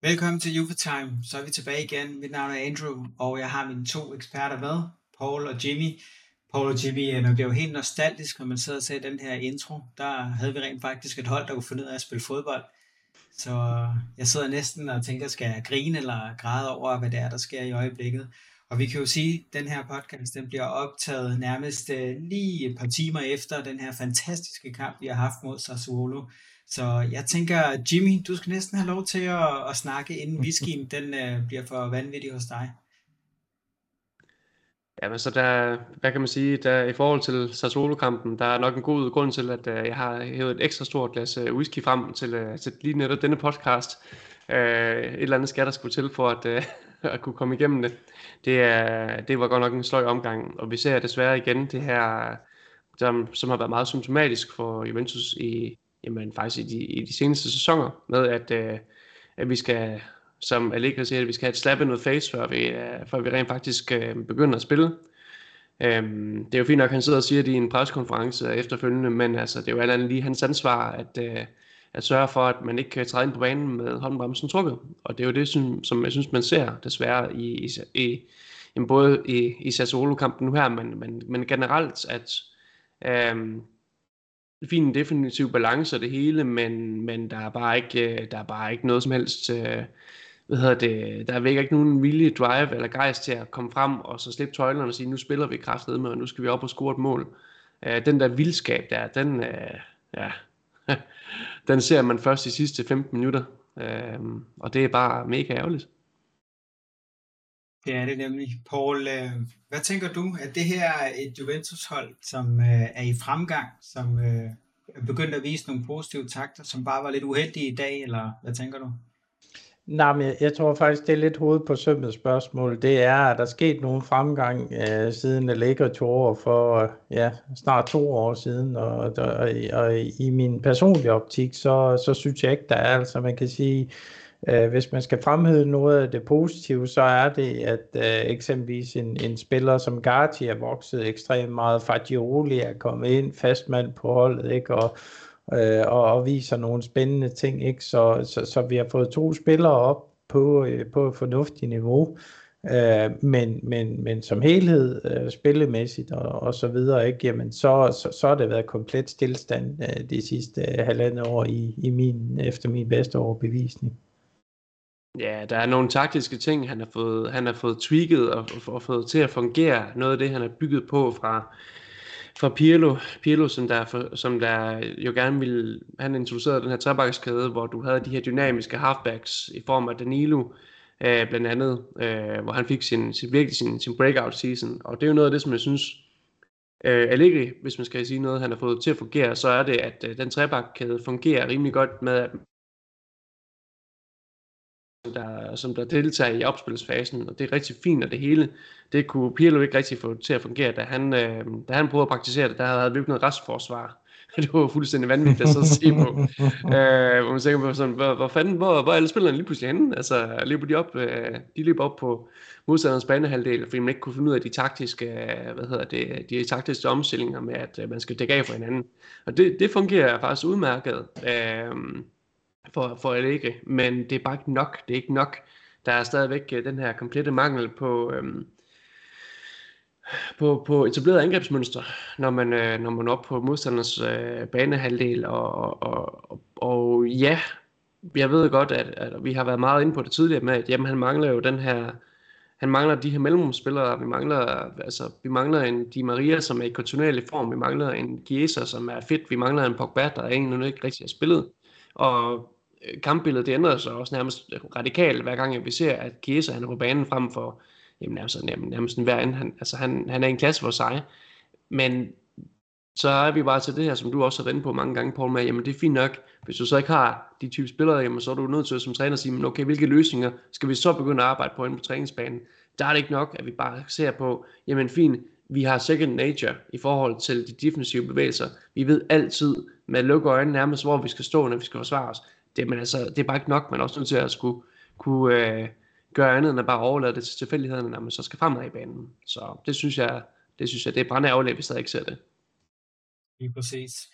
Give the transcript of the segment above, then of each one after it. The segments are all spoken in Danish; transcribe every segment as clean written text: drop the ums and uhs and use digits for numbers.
Velkommen til Juvetime. Så er vi tilbage igen. Mit navn er Andrew, og jeg har mine to eksperter med, Paul og Jimmy. Paul og Jimmy, man bliver jo helt nostalgisk, når man sidder og ser den her intro. Der havde vi rent faktisk et hold, der kunne finde ud af at spille fodbold. Så jeg sidder næsten og tænker, skal jeg grine eller græde over, hvad det er, der sker i øjeblikket. Og vi kan jo sige, at den her podcast den bliver optaget nærmest lige et par timer efter den her fantastiske kamp, vi har haft mod Sassuolo. Så jeg tænker, Jimmy, du skal næsten have lov til at snakke, inden whiskyen den bliver for vanvittig hos dig. Jamen så der, hvad kan man sige, der i forhold til Sassuolo-kampen, der er nok en god grund til, at jeg har hævet et ekstra stort glas whisky frem til lige netop denne podcast. Et eller andet skal der skulle til for at kunne komme igennem det. Det var godt nok en sløj omgang, og vi ser desværre igen det her, som har været meget symptomatisk for Juventus faktisk i de seneste sæsoner, med at vi skal, som Allegri siger, at vi skal have et slap in the face, før vi rent faktisk begynder at spille. Det er jo fint nok, at han sidder og siger det i en pressekonference efterfølgende, men altså, det er jo alt andet lige hans ansvar at sørge for, at man ikke kan træde ind på banen med håndbremsen trukket. Og det er jo det, som jeg synes, man ser desværre både i Sassuolo-kampen nu her, men generelt, at fin definitiv balance og det hele, men der er bare ikke noget som helst, der er ikke nogen vilje, drive eller gejst til at komme frem og så slippe tøjlerne og sige, nu spiller vi kraftedeme, og nu skal vi op og score et mål. Den der vildskab der, den ser man først i sidste 15 minutter, og det er bare mega ærgerligt. Det er det nemlig. Paul, hvad tænker du, at det her er et Juventus-hold, som er i fremgang, som er begyndt at vise nogle positive takter, som bare var lidt uheldige i dag, eller hvad tænker du? Nej, men jeg tror faktisk, det er lidt hovedet på sømmet spørgsmål. Det er, at der er sket nogen fremgang siden Allegri tog over for snart 2 år siden, og i min personlige optik, så synes jeg ikke, der er, altså man kan sige, hvis man skal fremhæve noget af det positive, så er det, at eksempelvis en spiller som Gatti er vokset ekstremt meget, Fagioli er kommet ind, fastmand på holdet, ikke? Og viser nogle spændende ting, ikke? Så vi har fået 2 spillere op på et fornuftigt niveau, men som helhed spillemæssigt og så videre, ikke? Jamen så har det været komplet stillstand de sidste 1,5 år efter min bedste overbevisning. Ja, der er nogle taktiske ting, han har fået tweaked og fået til at fungere. Noget af det, han har bygget på fra Pirlo, som der jo gerne ville, han introducerede den her trebakkeskæde, hvor du havde de her dynamiske halfbacks i form af Danilo, blandt andet, hvor han fik sin breakout season. Og det er jo noget af det, som jeg synes, Allegri, hvis man skal sige noget, han har fået til at fungere, så er det, at den trebakkæde fungerer rimelig godt med, at som der deltager i opspilsfasen, og det er rigtig fint, og det hele, det kunne Pirlo ikke rigtig få til at fungere, da han prøvede at praktisere det, der havde vi ikke noget restforsvar. Det var fuldstændig vanvittigt at så se på. Hvor man tænker på sådan, hvor er alle spillerne lige pludselig henne? Altså, de løber op på modstanderens banehalvdel, fordi man ikke kunne finde ud af de taktiske omstillinger med, at man skal dække af for hinanden. Og det fungerer faktisk udmærket. For Allegri, men det er bare ikke nok. Det er ikke nok. Der er stadigvæk den her komplette mangel på etableret angrebsmønster, når man er oppe på modstandernes banehalvdel, og ja, jeg ved godt, at vi har været meget inde på det tidligere med, at jamen, han mangler de her mellemrumsspillere. Vi mangler en Di Maria, som er i kontinuerlig form. Vi mangler en Chiesa, som er fedt. Vi mangler en Pogba, der egentlig ikke rigtig har spillet. Og kampbilledet det ændrer sig også nærmest radikalt, hver gang vi ser, at Chiesa han er på banen frem for nærmest hver anden. Han er en klasse for sig. Men så er vi bare til det her, som du også har været inde på mange gange, Paul, med, jamen det er fint nok, hvis du så ikke har de type spillere, jamen så er du nødt til som træner at sige, men okay, hvilke løsninger skal vi så begynde at arbejde på inde på træningsbanen? Der er det ikke nok, at vi bare ser på, jamen fint, vi har second nature i forhold til de defensive bevægelser. Vi ved altid med lukke øjnene nærmest, hvor vi skal stå, når vi skal forsvare os. Det er bare ikke nok, man er også nødt til at kunne gøre andet, end at bare overlade det til tilfældighederne, når man så skal fremad i banen. Så det synes jeg, det er brændærgerligt, at vi stadig ikke ser det. Lige præcis.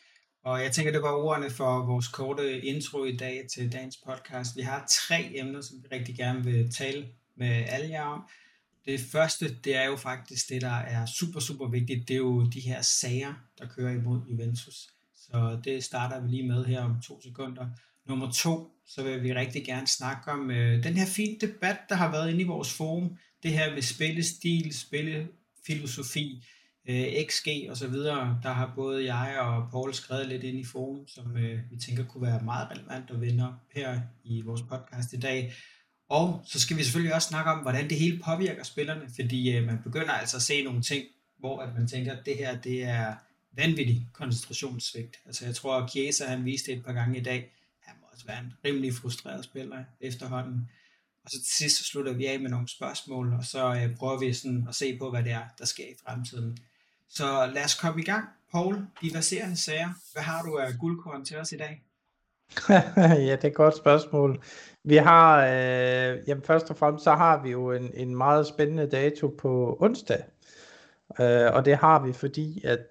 Og jeg tænker, det var ordene for vores korte intro i dag til dagens podcast. Vi har 3 emner, som vi rigtig gerne vil tale med alle jer om. Det første, det er jo faktisk det, der er super, super vigtigt. Det er jo de her sager, der kører imod Juventus. Så det starter vi lige med her om 2 sekunder. Nummer 2, så vil vi rigtig gerne snakke om den her fine debat, der har været inde i vores forum. Det her med spillestil, spillefilosofi, XG og så videre. Der har både jeg og Paul skrevet lidt ind i forum, som vi tænker kunne være meget relevant at vende op her i vores podcast i dag. Og så skal vi selvfølgelig også snakke om, hvordan det hele påvirker spillerne, fordi man begynder altså at se nogle ting, hvor at man tænker, at det her det er vanvittig koncentrationssvigt. Altså jeg tror, at Chiesa han viste et par gange i dag, han må også være en rimelig frustreret spiller efterhånden. Og så til sidst så slutter vi af med nogle spørgsmål, og så prøver vi sådan at se på, hvad det er, der sker i fremtiden. Så lad os komme i gang. Paul, de verserende sager. Hvad har du af guldkorn til os i dag? Ja, det er et godt spørgsmål. Vi har, jamen først og fremmest, så har vi jo en meget spændende dato på onsdag. Og det har vi, fordi at,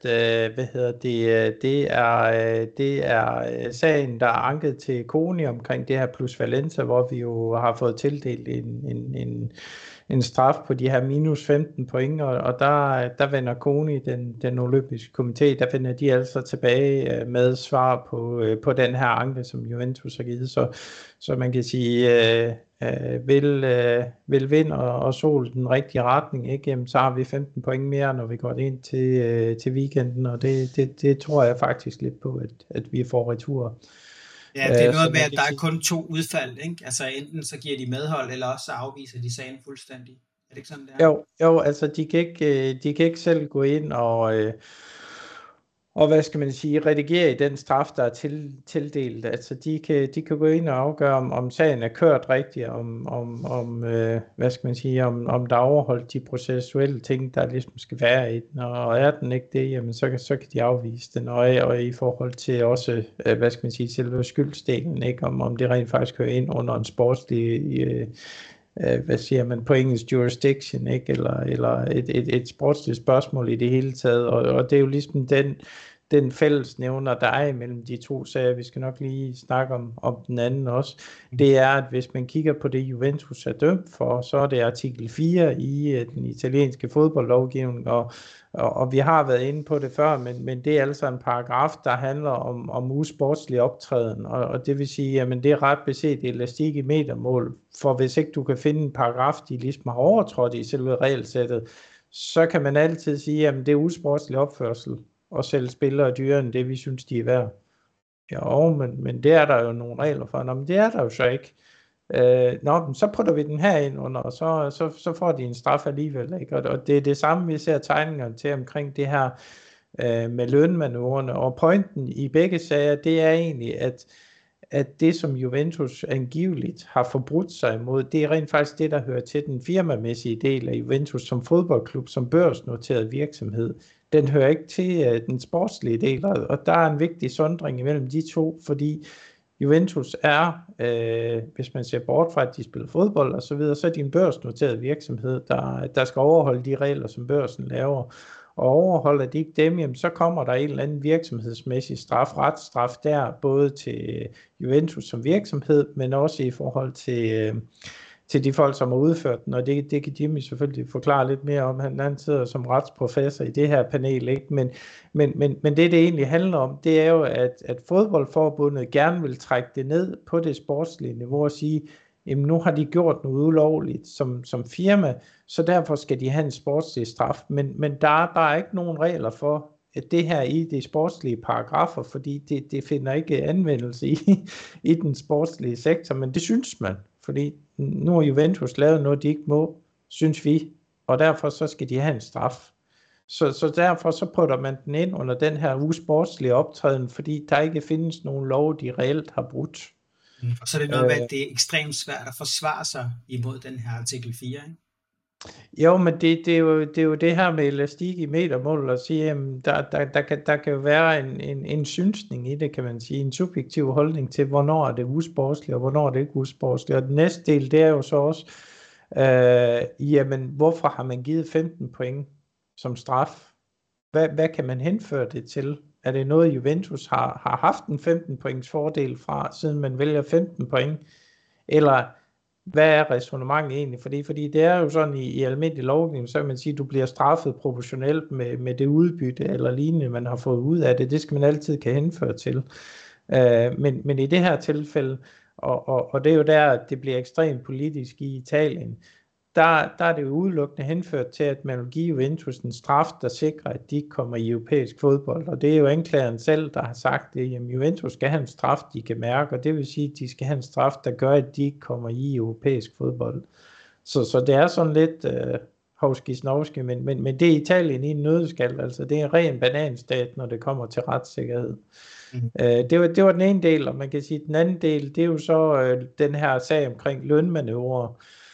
det er sagen, der er anket til Koni omkring det her plus Valencia, hvor vi jo har fået tildelt en straf på de her minus 15 point, og der vender Koni, den olympiske komité, der vender de altså tilbage med svar på den her anke, som Juventus har givet. Så man kan sige, vil vind og sol den rigtige retning, ikke? Jamen, så har vi 15 point mere, når vi går ind til weekenden, og det tror jeg faktisk lidt på, at vi får retur. Ja, det er noget med, at der er kun 2 udfald, ikke? Altså enten så giver de medhold, eller også så afviser de sagen fuldstændig. Er det ikke sådan, det er? Jo, altså de kan ikke selv gå ind og hvad skal man sige, redigere i den straf, der er tildelt. Altså de kan gå ind og afgøre, om sagen er kørt rigtigt, hvad skal man sige, om der er overholdt de processuelle ting, der ligesom skal være i den, og er den ikke det, jamen så kan de afvise den, og i forhold til også, hvad skal man sige, selve skyldsdelen, ikke, om det rent faktisk kører ind under en sportslig hvad siger man på engelsk, jurisdiction, ikke? Eller et sportsligt spørgsmål i det hele taget, og det er jo ligesom den fællesnævner, der er imellem de 2 sager. Vi skal nok lige snakke om den anden også. Det er, at hvis man kigger på det, Juventus er dømt for, så er det artikel 4 i den italienske fodboldlovgivning, og vi har været inde på det før, men det er altså en paragraf, der handler om usportslig optræden, og det vil sige, at det er ret beset elastik i metermål, for hvis ikke du kan finde en paragraf, de ligesom har overtrådt i selve regelsættet, så kan man altid sige, at det er usportslig opførsel og sælge spillere dyrere end det, vi synes, de er værd. Jo, men det er der jo nogle regler for. Nå, men det er der jo så ikke. Så putter vi den her ind under, og så får de en straf alligevel, ikke? Og det er det samme, vi ser tegningerne til omkring det her med lønmanøvrerne. Og pointen i begge sager, det er egentlig, at det, som Juventus angiveligt har forbrudt sig imod, det er rent faktisk det, der hører til den firmamæssige del af Juventus som fodboldklub, som børsnoteret virksomhed. Den hører ikke til den sportslige del, og der er en vigtig sondring imellem de to, fordi Juventus er, hvis man ser bort fra, at de spiller fodbold og så videre, så er de en børsnoteret virksomhed, der skal overholde de regler, som børsen laver. Og overholder de ikke dem, jamen, så kommer der en eller anden virksomhedsmæssig retsstraf der, både til Juventus som virksomhed, men også i forhold til de folk, som har udført den, og det kan Jimmy selvfølgelig forklare lidt mere om. Han sidder som retsprofessor i det her panel, ikke? Men det egentlig handler om, det er jo, at fodboldforbundet gerne vil trække det ned på det sportslige niveau og sige, jamen nu har de gjort noget ulovligt som firma, så derfor skal de have en sportslig straf. Men der er bare ikke nogen regler for at det her i de sportslige paragrafer, fordi det finder ikke anvendelse i den sportslige sektor, men det synes man, fordi nu har Juventus lavet noget, de ikke må, synes vi, og derfor så skal de have en straf. Så derfor så putter man den ind under den her usportslige optræden, fordi der ikke findes nogen lov, de reelt har brudt. Og så er det noget med, at det er ekstremt svært at forsvare sig imod den her artikel 4, ikke? Jo, men det er jo det her med elastik i metermål at sige, jamen, der kan jo være en synsning i det, kan man sige, en subjektiv holdning til, hvornår er det usportsligt, og hvornår er det ikke usportsligt. Og den næste del, det er jo så også, jamen, hvorfor har man givet 15 point som straf? Hvad kan man henføre det til? Er det noget, Juventus har haft en 15 points fordel fra, siden man vælger 15 point? Eller hvad er ræsonnementet egentlig? Fordi det er jo sådan i almindelig lovgivning, så kan man sige, at du bliver straffet proportionelt med det udbytte eller lignende, man har fået ud af det. Det skal man altid kan henføre til. Men i det her tilfælde, og det er jo der, det bliver ekstremt politisk i Italien, der er det jo udelukkende henført til, at man vil give Juventus en straf, der sikrer, at de ikke kommer i europæisk fodbold. Og det er jo anklageren selv, der har sagt det. Jamen, Juventus skal have en straf, de kan mærke, og det vil sige, at de skal have en straf, der gør, at de ikke kommer i europæisk fodbold. Så det er sådan lidt hovski-snovski, men det er Italien i en nødskal. Altså, det er en ren bananstat, når det kommer til retssikkerhed. Det var den ene del, og man kan sige, at den anden del, det er jo så den her sag omkring lønmanøvrer.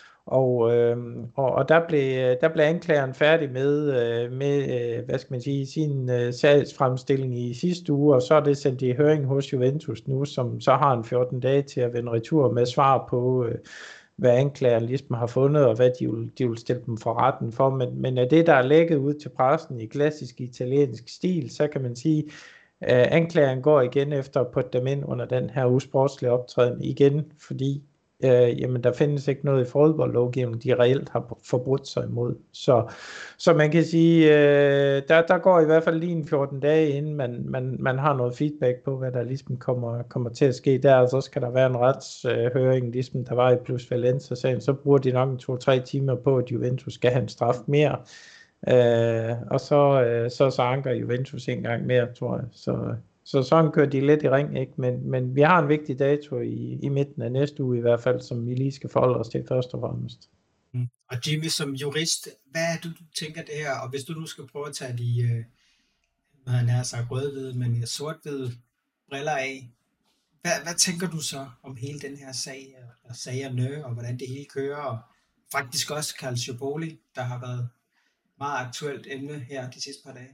Og der blev anklageren færdig med hvad skal man sige, sin sagsfremstilling i sidste uge, og så er det sendt i høring hos Juventus nu, som så har en 14 dage til at vende retur med svar på, hvad anklageren ligesom har fundet, og hvad de vil stille dem for retten for. Men af det, der er lækket ud til pressen i klassisk italiensk stil, så kan man sige, anklageren går igen efter at putte dem ind under den her usportslige optræden igen, fordi jamen der findes ikke noget i fodboldlovgivningen, de reelt har forbrudt sig imod. Så man kan sige, der går i hvert fald lige en 14 dage, inden man har noget feedback på, hvad der ligesom kommer til at ske der, og så skal der være en retshøring, ligesom der var i Plus Valenza-sagen, så bruger de nok 2-3 timer på, at Juventus skal have en straf mere, og så anker Juventus en gang mere, tror jeg. Så sådan kører de lidt i ring, ikke? Men vi har en vigtig dato i midten af næste uge i hvert fald, som vi lige skal forholde os til først og fremmest. Og Jimmy, som jurist, hvad er det, du tænker det her? Og hvis du nu skal prøve at tage de, hvad han har sagt, rødhvide, men sort-hvide briller af, hvad tænker du så om hele den her sag, og sagerne, og hvordan det hele kører, og faktisk også Calciopoli, der har været meget aktuelt emne her de sidste par dage?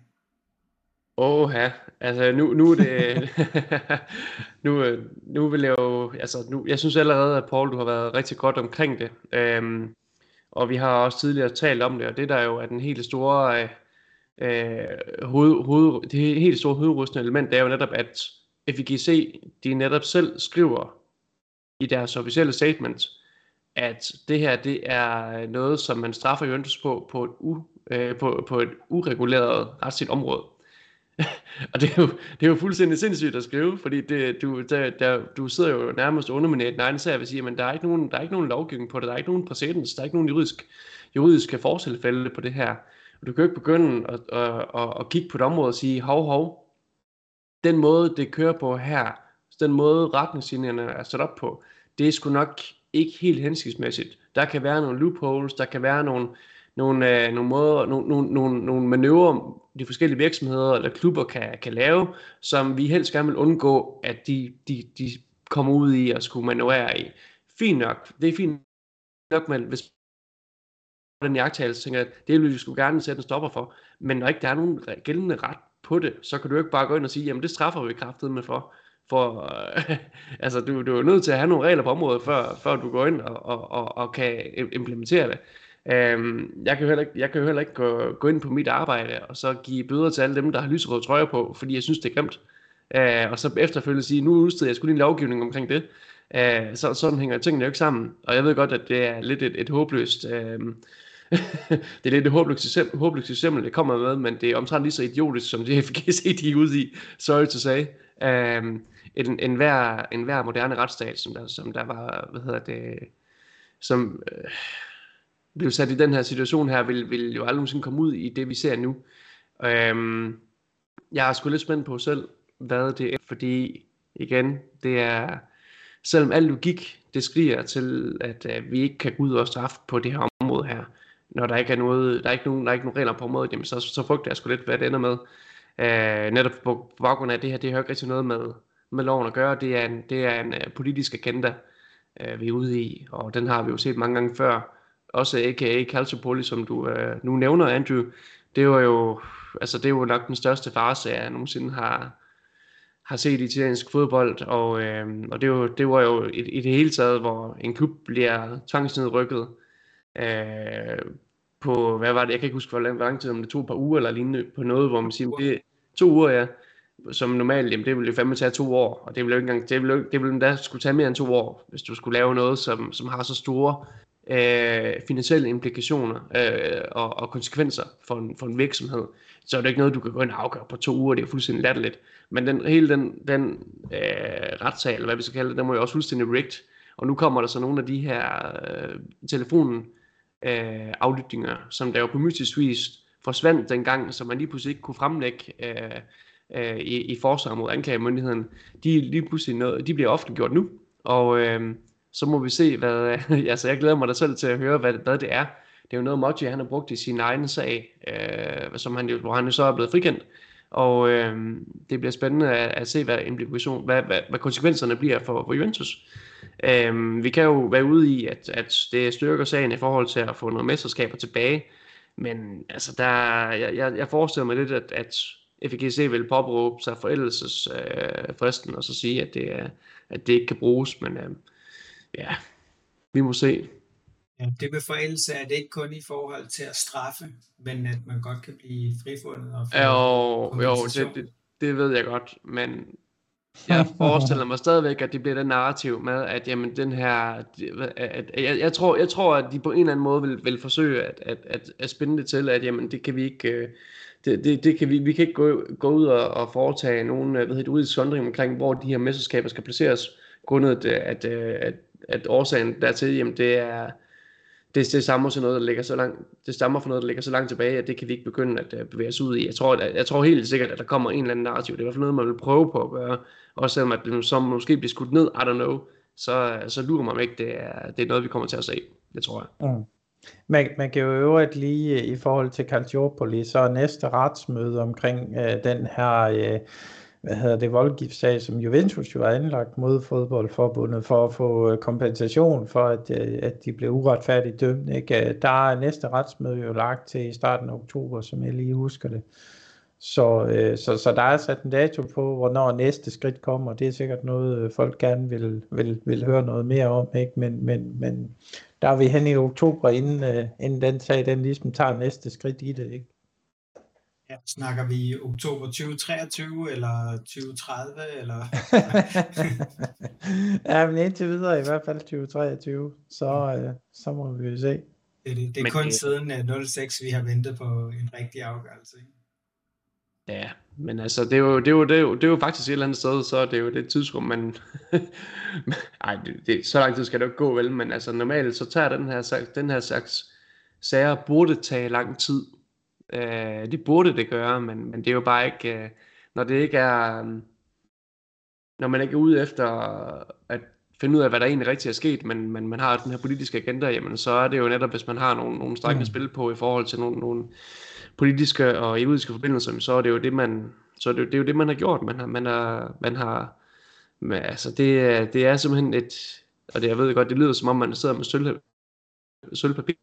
Altså nu er det nu vil jeg jo, altså jeg synes allerede, at Paul, du har været rigtig godt omkring det, og vi har også tidligere talt om det, og det der jo er den helt store det helt store hovedrystende element, det er jo netop, at FIGC, de netop selv skriver i deres officielle statement, at det her, det er noget, som man straffer Juventus på et ureguleret retsligt område. Og det er jo fuldstændig sindssygt at skrive, fordi du sidder jo nærmest undermineret den egen sag, og vil sige, men der er ikke nogen lovgivning på det, der er ikke nogen præcedens, der er ikke nogen juridiske fortilfælde på det her. Og du kan jo ikke begynde at kigge på et område og sige, hov, den måde det kører på her, den måde retningslinjerne er sat op på, det er sgu nok ikke helt hensigtsmæssigt. Der kan være nogle loopholes, der kan være nogle måder, nogle manøvrer, de forskellige virksomheder eller klubber kan lave, som vi helst gerne vil undgå, at de kommer ud i og skulle manøvrere i. Fint nok, det er fint nok, men hvis den jagttagelse tænker, at det vil vi skulle gerne sætte en stopper for, men når ikke der er nogen gældende ret på det, så kan du ikke bare gå ind og sige, jamen det straffer vi kraftedeme for altså du er jo nødt til at have nogle regler på området, før du går ind og kan implementere det. Jeg kan jo heller ikke gå ind på mit arbejde og så give bøder til alle dem, der har lyserøde trøjer på, fordi jeg synes det er grimt, og så efterfølgende sige, nu udsteder jeg sgu lige en lovgivning omkring det. Sådan hænger tingene jo ikke sammen, og jeg ved godt, at det er lidt et håbløst det er lidt et håbløst eksempel, det kommer med, men det er omtrent lige så idiotisk, som det FGC de er ude i, sorry to say. En hver moderne retsstat, som der var, som blev sat i den her situation her, vil jo aldrig nogensinde komme ud i det, vi ser nu. Jeg er sgu lidt spændt på selv, hvad det er, fordi igen, det er, selvom al logik, det skriger til, at vi ikke kan gå ud og straffe på det her område her, når der ikke er noget, der er ikke nogen regler på området, jamen så frygter jeg sgu lidt, hvad det ender med. Netop på baggrund af det her, det har jo ikke rigtig noget med loven at gøre, det er en politisk agenda, vi er ude i, og den har vi jo set mange gange før, også aka Calciopoli, som du nu nævner, Andrew. Det er jo nok den største farce, jeg nogensinde har set i italiensk fodbold, og det var jo i det hele taget, hvor en klub bliver tvangsnedrykket på, hvad var det, jeg kan ikke huske, hvor lang tid, om det tog et par uger eller lignende, på noget, hvor man siger, det 2 uger, ja, som normalt, jamen det ville jo fandme tage 2 år, og det ville jo ikke engang, det ville endda skulle tage mere end 2 år, hvis du skulle lave noget, som har så store finansielle implikationer og konsekvenser for en virksomhed. Så er det ikke noget, du kan gå ind og afgøre på 2 uger, det er jo fuldstændig latterligt. Men hele den retssag, eller hvad vi skal kalde det, den må jo også fuldstændig rigged. Og nu kommer der så nogle af de her telefonen aflytninger, som der jo på mystisk vis forsvandt dengang, så man lige pludselig ikke kunne fremlægge i forsvar mod anklagemyndigheden. De lige pludselig de bliver offentliggjort nu, og så må vi se, hvad altså jeg glæder mig da selv til at høre, hvad det er. Det er jo noget, Moji han har brugt i sin egen sag, hvor han jo så er blevet frikendt, og det bliver spændende at se, hvad konsekvenserne bliver for Juventus. Vi kan jo være ude i, at det styrker sagen i forhold til at få nogle mesterskaber tilbage, men altså jeg forestiller mig lidt, at FGC vil påberåbe sig forældelsesfristen og så sige, at det ikke kan bruges, men ja, vi må se. Ja, det med forældelse er det ikke kun i forhold til at straffe, men at man godt kan blive frifundet og få jo, det ved jeg godt, men jeg forestiller mig stadigvæk, at det bliver den narrativ med, at jamen den her, jeg tror, at de på en eller anden måde vil forsøge at spænde det til, at jamen det kan vi ikke, vi kan ikke gå ud og foretage nogen juridisk sondring omkring, hvor de her mesterskaber skal placeres, grundet at årsagen dertil, jamen det stammer fra noget, der ligger så langt tilbage, at det kan vi ikke begynde at bevæge os ud i. Jeg tror helt sikkert, at der kommer en eller anden narrativ. Det er i hvert fald noget, man vil prøve på at gøre. Også selvom at det som måske bliver skudt ned, I don't know, så lurer man ikke, det er noget, vi kommer til at se. Det tror jeg. Mm. Man kan jo øvrigt lige i forhold til Calciopoli, så næste retsmøde omkring den her voldgiftssag, som Juventus jo har anlagt mod fodboldforbundet for at få kompensation for, at de blev uretfærdigt dømt. Ikke? Der er næste retsmøde jo lagt til i starten af oktober, som jeg lige husker det. Så der er sat en dato på, hvornår næste skridt kommer. Det er sikkert noget, folk gerne vil høre noget mere om. Ikke? Men der er vi hen i oktober, inden den sag den ligesom tager næste skridt i det. Ikke? Ja, snakker vi oktober 2023 eller 2030 eller? Ja, men indtil videre i hvert fald 2023, så må vi jo se. Det er kun siden 06 vi har ventet på en rigtig afgørelse. Ikke? Ja, men altså det er jo faktisk et eller andet sted, så er det jo det tidsrum, men nej, så lang tid skal det jo ikke gå vel, men altså normalt så tager den her slags sager burde tage lang tid. Det burde det gøre, men det er jo bare ikke, når man ikke er ude efter at finde ud af, hvad der egentlig rigtig er sket, men man har den her politiske agenda, jamen så er det jo netop, hvis man har nogle strenge at spille på i forhold til nogle politiske og juridiske forbindelser, så er det jo det man har gjort. Altså det er simpelthen og det jeg ved godt, det lyder som om man sidder med sølvpapir,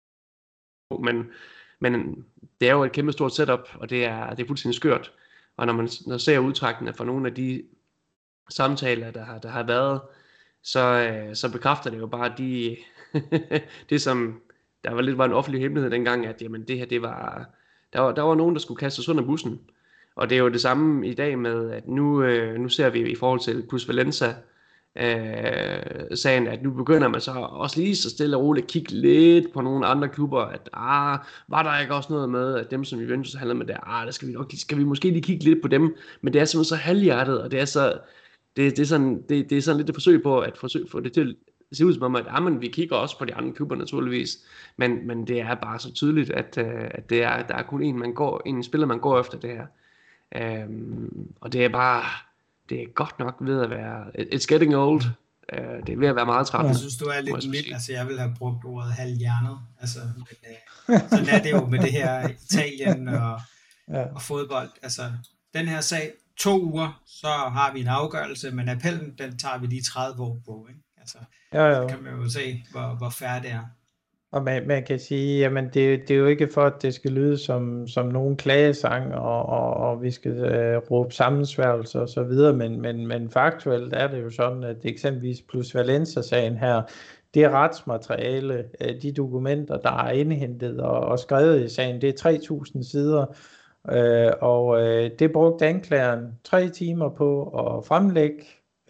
men det er jo et kæmpe stort setup, og det er fuldstændig skørt. Og når man ser udtrækkene fra nogle af de samtaler, der har været, så bekræfter det jo bare det som var en offentlig hemmelighed dengang, at jamen det her der var nogen, der skulle kastes under bussen. Og det er jo det samme i dag med, at nu ser vi i forhold til Plus Valenza sagen, at nu begynder man så også lige så stille og roligt at kigge lidt på nogle andre klubber, at var der ikke også noget med, at dem som Juventus handlede med der, skal vi måske lige kigge lidt på dem, men det er simpelthen så halvhjertet, og det er sådan lidt et forsøg på at få det til at se ud som om, at men vi kigger også på de andre klubber naturligvis, men det er bare så tydeligt, at der er kun en spiller, man går efter det her, og det er godt nok ved at være, it's getting old, det er ved at være meget trættende. Jeg synes, du er lidt mild, altså jeg vil have brugt ordet halvhjernet, altså, men sådan er det jo med det her Italien og fodbold, altså den her sag, 2 uger, så har vi en afgørelse, men appellen, den tager vi lige 30 år på, ikke? Altså, så kan man jo se, hvor fair det er. Og man kan sige, jamen det er jo ikke for, at det skal lyde som nogen klagesang, og vi skal råbe sammensværgelser og så videre, men faktuelt er det jo sådan, at eksempelvis Plus Valenza-sagen her, det retsmateriale, de dokumenter, der er indhentet og skrevet i sagen, det er 3.000 sider, Det brugte anklageren 3 timer på at fremlægge,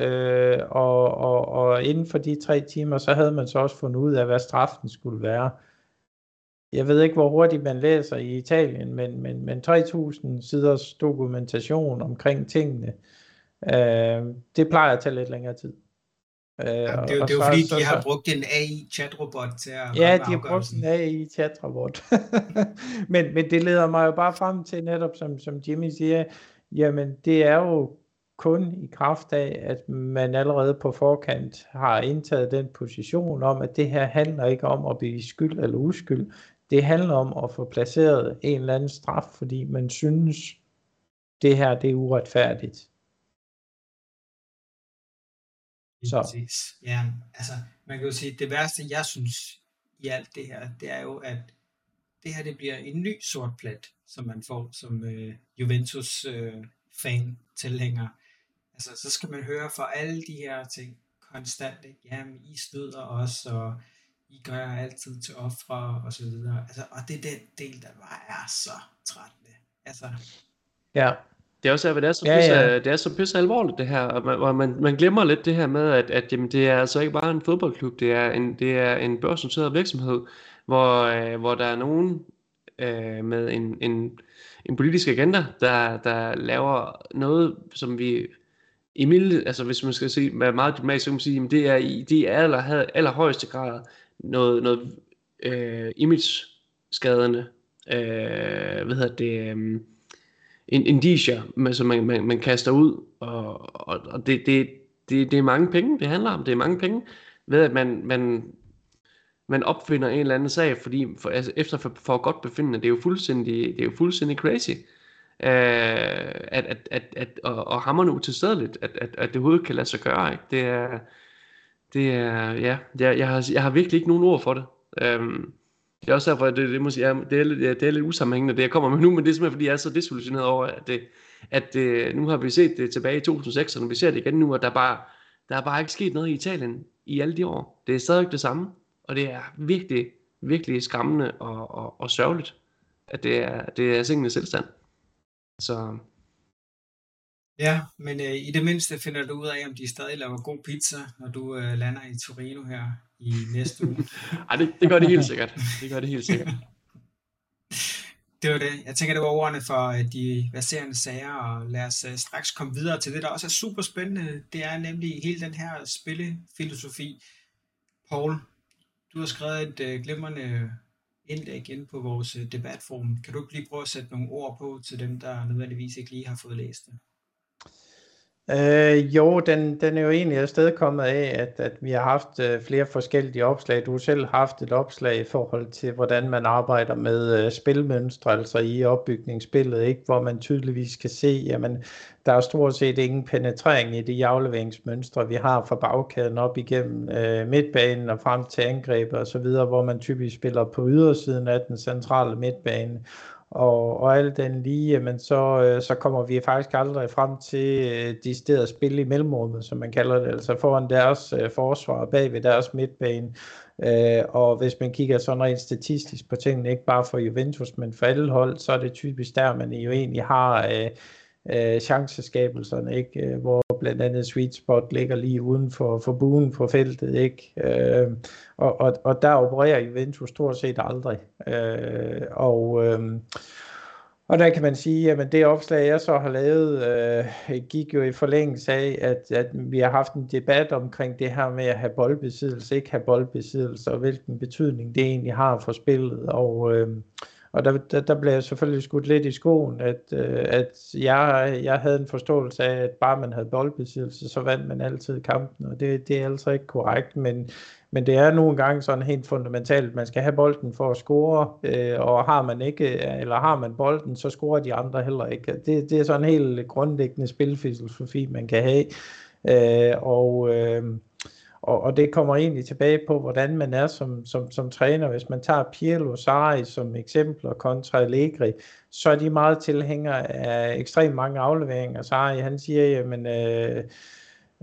og inden for de 3 timer, så havde man så også fundet ud af, hvad straffen skulle være. Jeg ved ikke, hvor hurtigt man læser i Italien, men 3.000 siders dokumentation omkring tingene, det plejer at tage lidt længere tid. Jamen, det er jo fordi, de har brugt en AI-chatrobot til at komme med Ja, de har brugt en AI-chatrobot. men det leder mig jo bare frem til netop, som Jimmy siger, jamen det er jo kun i kraft af, at man allerede på forkant har indtaget den position om, at det her handler ikke om at blive skyld eller uskyld. Det handler om at få placeret en eller anden straf, fordi man synes, det her det er uretfærdigt. Så. Præcis. Ja, altså man kan jo sige, det værste jeg synes i alt det her, det er jo, at det her det bliver en ny sort plet, som man får som Juventus fan tilhænger. Altså så skal man høre for alle de her ting konstant, ikke? Jamen I støder os, og I gør altid til ofre og så videre. Altså, og det er den del, der bare er så trættende. Altså. Ja. Det er også, at det er så pisse alvorligt det her, og man glemmer lidt det her med, at jamen, det er altså ikke bare en fodboldklub, det er en børsnoteret virksomhed, hvor der er nogen med en politisk agenda, der laver noget, som vi altså hvis man skal sige meget diplomatisk, så kan man sige, jamen det er i allerhøjeste grad noget image-skadende, indicier, som man kaster ud, og det er mange penge, det handler om. Det er mange penge, ved at man opfinder en eller anden sag, fordi for godt befindende, det er jo fuldstændig crazy, og hamrende utilstedeligt, at det overhovedet kan lade sig gøre, ikke? Jeg har virkelig ikke nogen ord for det. Det er også derfor, at det er lidt usammenhængende, det jeg kommer med nu, men det er simpelthen, fordi jeg er så desillusioneret over, at nu har vi set det tilbage i 2006, og når vi ser det igen nu, at der er bare ikke sket noget i Italien i alle de år. Det er stadig det samme, og det er virkelig, virkelig skræmmende og sørgeligt, at det er singens tilstand. Så. Ja, men i det mindste finder du ud af, om de stadig laver god pizza, når du lander i Torino her i næste uge. Ej, det gør det helt sikkert. Det var det. Jeg tænker, det var ordene for de verserende sager, og lad os straks komme videre til det, der også er super spændende. Det er nemlig hele den her spillefilosofi. Paul, du har skrevet et glimrende indlæg inde på vores debatforum. Kan du ikke lige prøve at sætte nogle ord på til dem, der nødvendigvis ikke lige har fået læst det? Jo, den er jo egentlig afstedkommet af, at vi har haft flere forskellige opslag. Du har selv haft et opslag i forhold til, hvordan man arbejder med spilmønstre, altså i opbygningsspillet, ikke? Hvor man tydeligvis kan se, jamen, der er stort set ingen penetrering i de afleveringsmønstre, vi har fra bagkæden op igennem midtbanen og frem til angrebet og så videre, hvor man typisk spiller på ydersiden af den centrale midtbane. Og alt den lige, men så kommer vi faktisk aldrig frem til de steder spil i mellemrummet, som man kalder det, altså foran deres forsvar, bag ved deres midtbane. Og hvis man kigger sådan rent statistisk på tingene, ikke bare for Juventus, men for alle hold, så er det typisk der, man jo egentlig har chanceskabelserne, ikke? Hvor blandt andet sweet spot ligger lige uden for buen på feltet, ikke? Og der opererer Juventus stort set aldrig. Og der kan man sige, at det opslag, jeg så har lavet, gik jo i forlængelse af, at vi har haft en debat omkring det her med at have boldbesiddelse, ikke have boldbesiddelse, og hvilken betydning det egentlig har for spillet. Og der blev jeg selvfølgelig skudt lidt i skoen, at jeg havde en forståelse af, at bare man havde boldbesiddelse, så vandt man altid kampen, og det er altså ikke korrekt, men det er nogle gange sådan helt fundamentalt, man skal have bolden for at score, og har man ikke, eller har man bolden, så scorer de andre heller ikke. Det er sådan en helt grundlæggende spilfilosofi, man kan have, og det kommer egentlig tilbage på, hvordan man er som træner. Hvis man tager Pirlo Sarri som eksempler kontra Allegri, så er de meget tilhængere af ekstremt mange afleveringer. Sarri, han siger, jamen,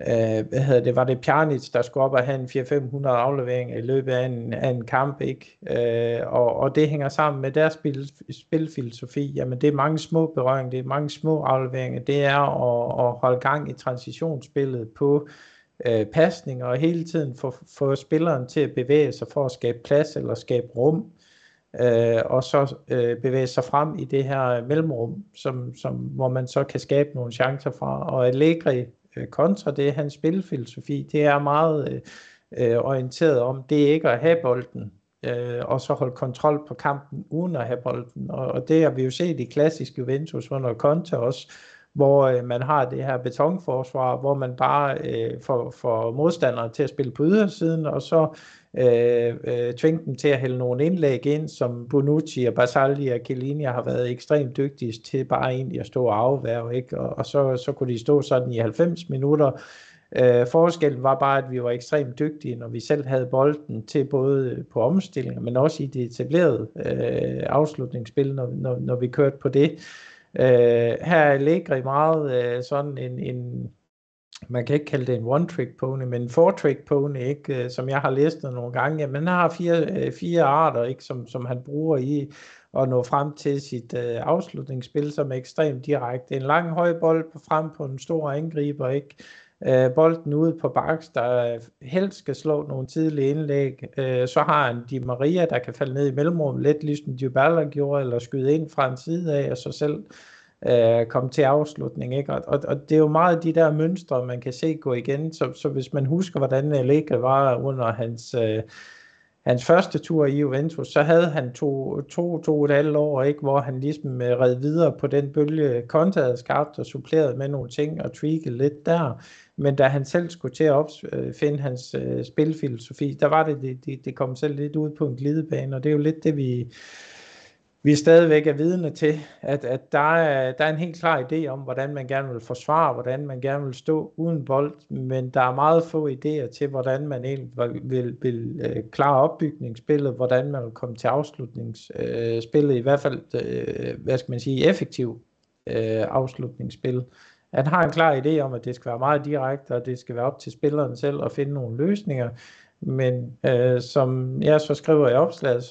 var det Pjanic, der skulle op og have en 400-500 afleveringer i løbet af en kamp, ikke? Og det hænger sammen med deres spilfilosofi. Jamen, det er mange små berøringer, det er mange små afleveringer, det er at holde gang i transitionsspillet på pasning, og hele tiden få spilleren til at bevæge sig for at skabe plads eller skabe rum, og så bevæge sig frem i det her mellemrum, hvor man så kan skabe nogle chancer fra. Og Allegri kontra det, hans spilfilosofi, det er meget orienteret om, det er ikke at have bolden, og så holde kontrol på kampen uden at have bolden. Og det har vi jo set i klassisk Juventus under Conte også, hvor man har det her betonforsvar, hvor man bare får modstandere til at spille på ydersiden, og så tvinge dem til at hælde nogle indlæg ind, som Bonucci og Barzagli og Chiellini har været ekstremt dygtige til bare egentlig at stå og afværge, ikke? Og så kunne de stå sådan i 90 minutter. Forskellen var bare, at vi var ekstremt dygtige, når vi selv havde bolden til både på omstillinger, men også i det etablerede afslutningsspil, når vi kørte på det. Her er Allegri meget sådan en man kan ikke kalde det en one-trick pony, men en four-trick pony, ikke? Som jeg har læst nogle gange. Jamen, han har fire arter, ikke? Som han bruger i at nå frem til sit afslutningsspil, som er ekstremt direkte. En lang høj bold frem på en stor angriber, ikke? Bolden ude på baks, der helst skal slå nogle tidlige indlæg. Så har han Di Maria, der kan falde ned i mellemrummet, lidt ligesom Dybala gjorde, eller skyde ind fra en side af, og så selv komme til afslutning, ikke? Og det er jo meget de der mønstre, man kan se gå igen, så hvis man husker, hvordan Allegri var under hans første tur i Juventus, så havde han to et halvt år, ikke, hvor han ligesom red videre på den bølge, Conte havde skabt og suppleret med nogle ting og tweakede lidt der, men da han selv skulle til at opfinde hans spilfilosofi, der var det kom selv lidt ud på en glidebane, og det er jo lidt det, vi stadigvæk er vidne til, at der er en helt klar idé om, hvordan man gerne vil forsvare, hvordan man gerne vil stå uden bold, men der er meget få idéer til, hvordan man egentlig vil klare opbygningsspillet, hvordan man vil komme til afslutningsspillet, i hvert fald, effektiv afslutningsspil. Han har en klar idé om, at det skal være meget direkte, og det skal være op til spilleren selv at finde nogle løsninger, men som jeg så skriver i opslaget,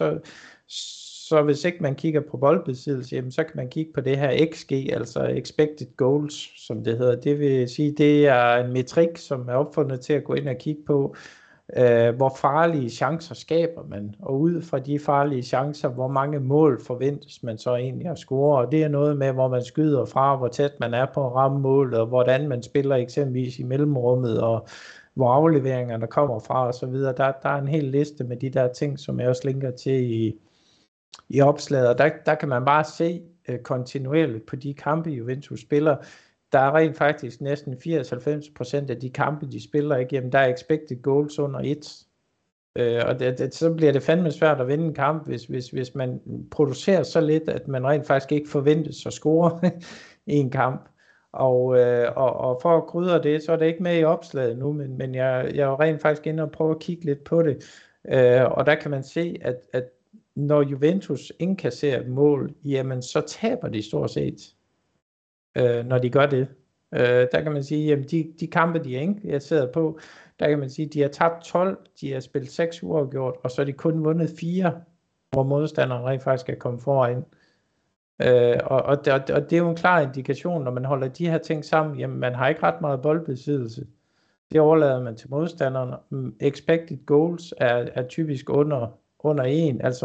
så hvis ikke man kigger på boldbesiddelse, jamen så kan man kigge på det her XG, altså expected goals, som det hedder. Det vil sige, det er en metrik, som er opfundet til at gå ind og kigge på, hvor farlige chancer skaber man, og ud fra de farlige chancer, hvor mange mål forventes man så egentlig at score, og det er noget med, hvor man skyder fra, hvor tæt man er på at ramme målet, og hvordan man spiller eksempelvis i mellemrummet, og hvor afleveringerne kommer fra, og så videre. Der er en hel liste med de der ting, som jeg også linker til i opslaget, og der kan man bare se kontinuerligt på de kampe, Juventus spiller. Der er rent faktisk næsten 80-90% af de kampe, de spiller igennem, der er expected goals under 1. Og så bliver det fandme svært at vinde en kamp, hvis man producerer så lidt, at man rent faktisk ikke forventes at score i en kamp. Og for at krydre det, så er det ikke med i opslaget nu, men jeg er rent faktisk inde og prøve at kigge lidt på det. Og der kan man se, at når Juventus indkasserer et mål, jamen så taber de stort set, når de gør det. Der kan man sige, jamen de kampe, de er indkasseret på, der kan man sige, de har tabt 12, de har spillet 6 uafgjort, og så er de kun vundet 4, hvor modstanderen rent faktisk er kommet foran. Og det er jo en klar indikation, når man holder de her ting sammen, jamen man har ikke ret meget boldbesiddelse. Det overlader man til modstanderne. Expected goals er typisk under 1, altså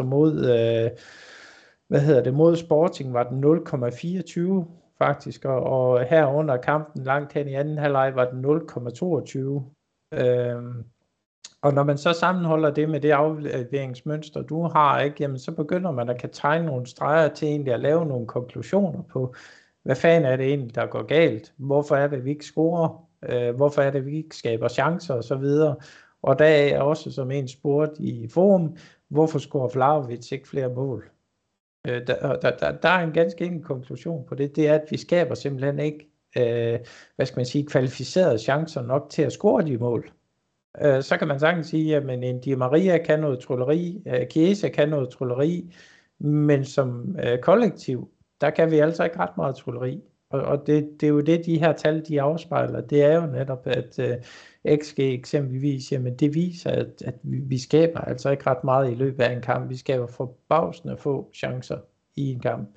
mod Sporting var den 0,24 faktisk, og her under kampen langt hen i anden halvleg var den 0,22. Og når man så sammenholder det med det afleveringsmønster, du har, ikke, jamen så begynder man at kan tegne nogle streger til egentlig at lave nogle konklusioner på, hvad fanden er det egentlig, der går galt? Hvorfor er det, vi ikke scorer? Hvorfor er det, vi ikke skaber chancer osv.? Og der er også, som en spurgte i forum, hvorfor scorer Vlahovic ikke flere mål? Der er en ganske enkelt konklusion på det. Det er, at vi skaber simpelthen ikke, kvalificerede chancer nok til at score de mål. Så kan man sagtens sige, at en Di Maria kan noget trylleri, Chiesa kan noget trylleri, men som kollektiv, der kan vi altså ikke ret meget trylleri. Og det er jo det, de her tal, de afspejler. Det er jo netop, at XG eksempelvis, jamen det viser, at vi skaber altså ikke ret meget i løbet af en kamp. Vi skaber forbavsende få chancer i en kamp.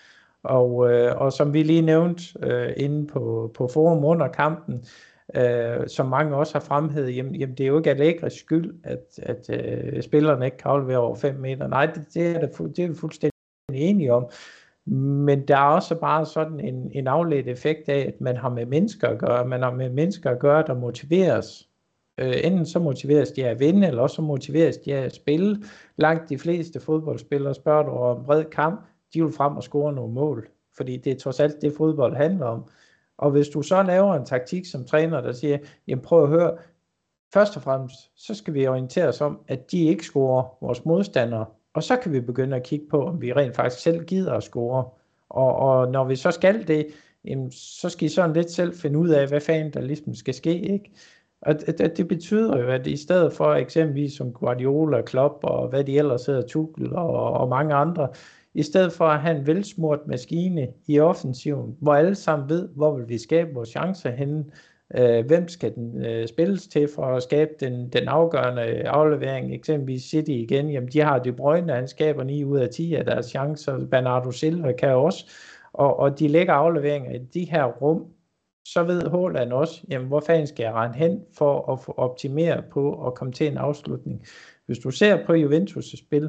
Og som vi lige nævnte inde på forum under kampen, som mange også har fremhævet, jamen det er jo ikke Allegris skyld, at spillerne ikke kan aflevere over 5 meter. Nej, det er vi fuldstændig enige om. Men der er også bare sådan en afledt effekt af, at man har med mennesker at gøre. Man har med mennesker at gøre, der motiveres. Enten så motiveres de at vinde, eller også så motiveres de at spille. Langt de fleste fodboldspillere, spørger du om bred kamp, de vil frem og score nogle mål. Fordi det er trods alt det, fodbold handler om. Og hvis du så laver en taktik som træner, der siger, jamen prøv at høre, først og fremmest, så skal vi orientere os om, at de ikke scorer vores modstandere. Og så kan vi begynde at kigge på, om vi rent faktisk selv gider at score. Og når vi så skal det, jamen, så skal I sådan lidt selv finde ud af, hvad fanden der ligesom skal ske, ikke? Og det betyder jo, at i stedet for eksempelvis som Guardiola, Klopp og hvad de ellers hedder, Tuchel og mange andre, i stedet for at have en velsmurt maskine i offensiven, hvor alle sammen ved, hvor vil vi skabe vores chancer henne, hvem skal den spilles til for at skabe den afgørende aflevering, eksempelvis City igen, jamen de har De Bruyne, han skaber 9 ud af 10 af deres chancer, Bernardo Silva kan også, og de lægger afleveringer i de her rum, så ved Haaland også, jamen hvor fanden skal jeg rende hen for at få optimere på at komme til en afslutning. Hvis du ser på Juventus' spil,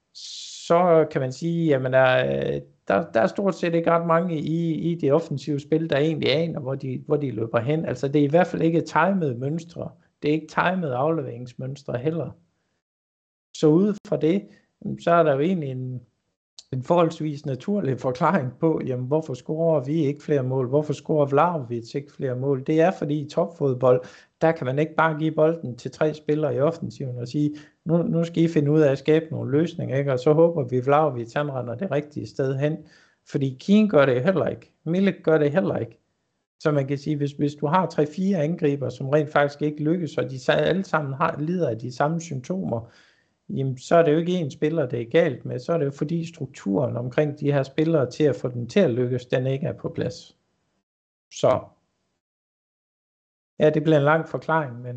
så kan man sige, jamen der er stort set ikke ret mange i det offensive spil, der egentlig aner, hvor de løber hen. Altså det er i hvert fald ikke timede mønstre. Det er ikke timede afleveringsmønstre heller. Så ud fra det, så er der jo egentlig en forholdsvis naturlig forklaring på, jamen hvorfor scorer vi ikke flere mål? Hvorfor scorer Vlahovic ikke flere mål? Det er fordi i topfodbold, der kan man ikke bare give bolden til 3 spillere i offensiven og sige, nu skal I finde ud af at skabe nogle løsninger, ikke? Og så håber vi, Vlahovic han render det rigtige sted hen. Fordi Keane gør det heller ikke. Milik gør det heller ikke. Så man kan sige, hvis du har 3-4 angriber, som rent faktisk ikke lykkes, og de alle sammen lider af de samme symptomer, jamen, så er det jo ikke en spiller, det er galt med. Så er det jo fordi strukturen omkring de her spillere til at få dem til at lykkes, den ikke er på plads. Så ja, det bliver en lang forklaring, men,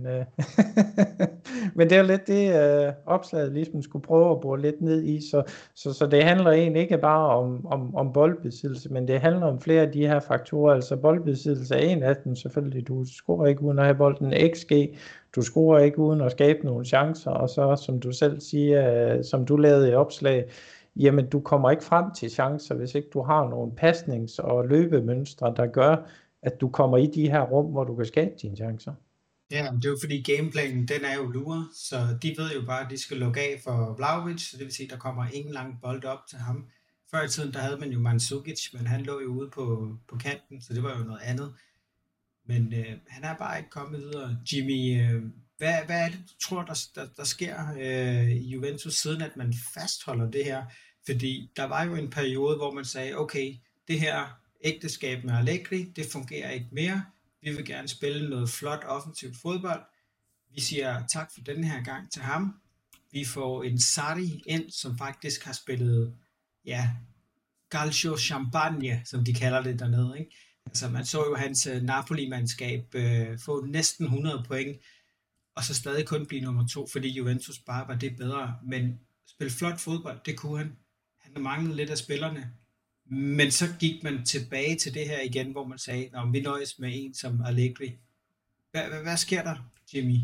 men det er lidt det, opslaget ligesom skulle prøve at bore lidt ned i. Så det handler egentlig ikke bare om boldbesiddelse, men det handler om flere af de her faktorer. Altså boldbesiddelse er en af dem selvfølgelig. Du scorer ikke uden at have bolden XG. Du scorer ikke uden at skabe nogle chancer. Og så, som du selv siger, som du lavede i opslag, jamen du kommer ikke frem til chancer, hvis ikke du har nogle pasnings- og løbemønstre, der gør, at du kommer i de her rum, hvor du kan skabe dine chancer. Ja, det er jo fordi gameplanen, den er jo lure, så de ved jo bare, at de skal lukke af for Vlahovic, så det vil sige, at der kommer ingen lang bold op til ham. Før i tiden, der havde man jo Mandzukic, men han lå jo ude på kanten, så det var jo noget andet. Men han er bare ikke kommet videre. Jimmy, hvad er det, du tror, der sker i Juventus, siden at man fastholder det her? Fordi der var jo en periode, hvor man sagde, okay, det her ægteskab med Allegri, det fungerer ikke mere. Vi vil gerne spille noget flot offensivt fodbold. Vi siger tak for den her gang til ham. Vi får en Sarri ind, som faktisk har spillet, ja, Calcio Champagne, som de kalder det dernede, ikke? Altså man så jo hans Napoli-mandskab få næsten 100 point, og så stadig kun blive nummer 2, fordi Juventus bare var det bedre. Men spille flot fodbold, det kunne han. Han manglede lidt af spillerne. Men så gik man tilbage til det her igen, hvor man sagde, at vi nøjes med en som Allegri. Hvad sker der, Jimmy?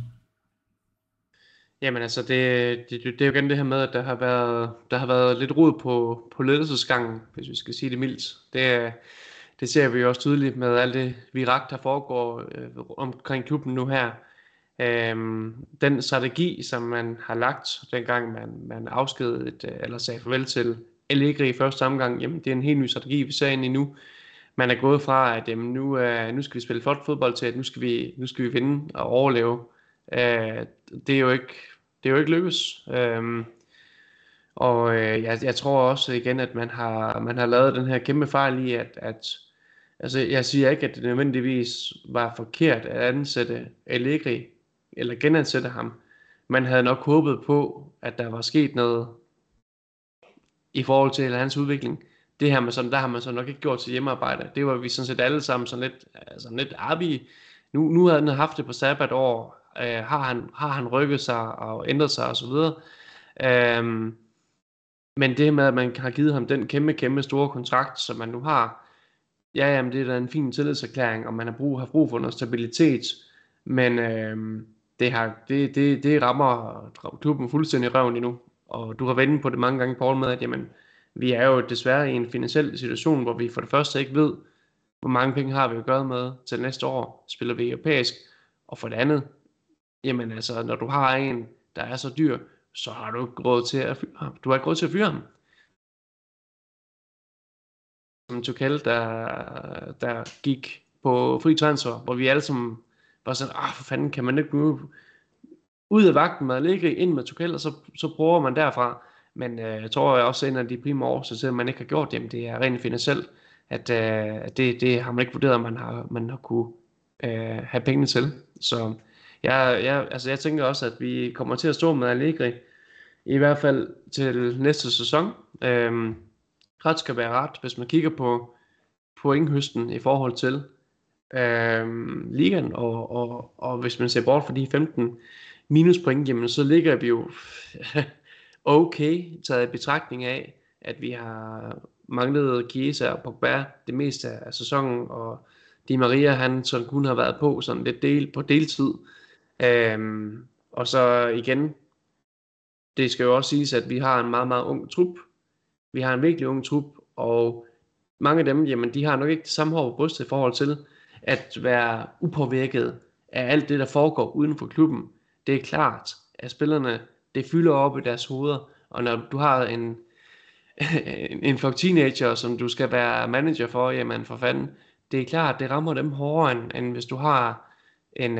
Jamen altså, det er jo igen det her med, at der har været lidt rod på ledelsesgangen, hvis vi skal sige det mildt. Det ser vi jo også tydeligt med alt det virak, der foregår omkring klubben nu her. Den strategi, som man har lagt, dengang man afskedede eller sagde farvel til Allegri i første omgang, jamen det er en helt ny strategi, vi ser ind i nu. Man er gået fra, at jamen, nu skal vi spille flot fodbold til, at nu skal vi vinde og overleve. Det er jo ikke lykkes. Jeg tror også igen, at man har lavet den her kæmpe fejl i, at altså jeg siger ikke, at det nødvendigvis var forkert at ansætte Allegri eller genansætte ham. Man havde nok håbet på, at der var sket noget i forhold til hans udvikling. det her med sådan, der har man så nok ikke gjort til hjemmearbejde. Det var vi sådan set alle sammen sådan lidt Abi. Nu havde han haft det på sabbatår, har han rykket sig og ændret sig og så videre. Men det med, at man har givet ham den kæmpe store kontrakt, som man nu har, ja, jamen det er da en fin tillidserklæring, og man har brug for noget stabilitet, men det rammer klubben fuldstændig i røven endnu. Og du har været inde på det mange gange, Paul, med at jamen, vi er jo desværre i en finansiel situation, hvor vi for det første ikke ved, hvor mange penge har vi at gøre med til næste år, spiller vi europæisk, og for det andet, jamen altså, når du har en, der er så dyr, så har du ikke råd til at fyre ham. Du har ikke råd til at fyre ham. Som Tuchel, der gik på fri transfer, hvor vi alle sammen var sådan, for fanden, kan man ikke nu ud af vagten med Allegri, ind med Tuchel, og så bruger man derfra. Men jeg tror også, en af de primære årsager til, at man ikke har gjort det, det er rent finansielt, at det har man ikke vurderet, at man har kunne have pengene til. Så jeg tænker også, at vi kommer til at stå med Allegri, i hvert fald til næste sæson. Ret skal være ret, hvis man kigger på pointhøsten i forhold til ligaen, og hvis man ser bort for de 15 minuspoint, jamen så ligger vi jo okay, taget i betragtning af, at vi har manglet Chiesa og Pogba det meste af sæsonen, og Di Maria, han sådan kun har været på sådan lidt på deltid. Og så igen, det skal jo også siges, at vi har en meget, meget ung trup. Vi har en virkelig ung trup, og mange af dem, jamen de har nok ikke det samme hår på brystet i forhold til at være upåvirket af alt det, der foregår uden for klubben. Det er klart, at spillerne, det fylder op i deres hoveder, og når du har en flok teenager, som du skal være manager for, jamen for fanden, det er klart, det rammer dem hårdere, end hvis du har et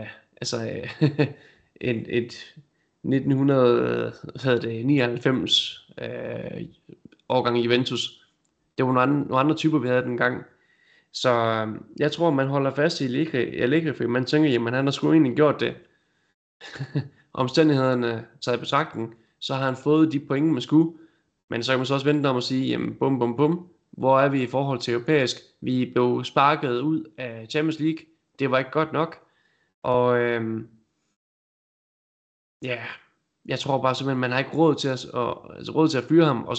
1999 årgang i Juventus. Det var nogle andre typer, vi havde dengang. Så jeg tror, man holder fast i Allegri, fordi man tænker, jamen han har sgu egentlig gjort det. Omstændighederne taget i betragtning, så har han fået de point, man skulle. Men så kan man så også vente om at sige, jamen bum, hvor er vi i forhold til europæisk? Vi blev sparket ud af Champions League. Det var ikke godt nok. Og jeg tror bare simpelthen, man har ikke råd til at fyre ham, og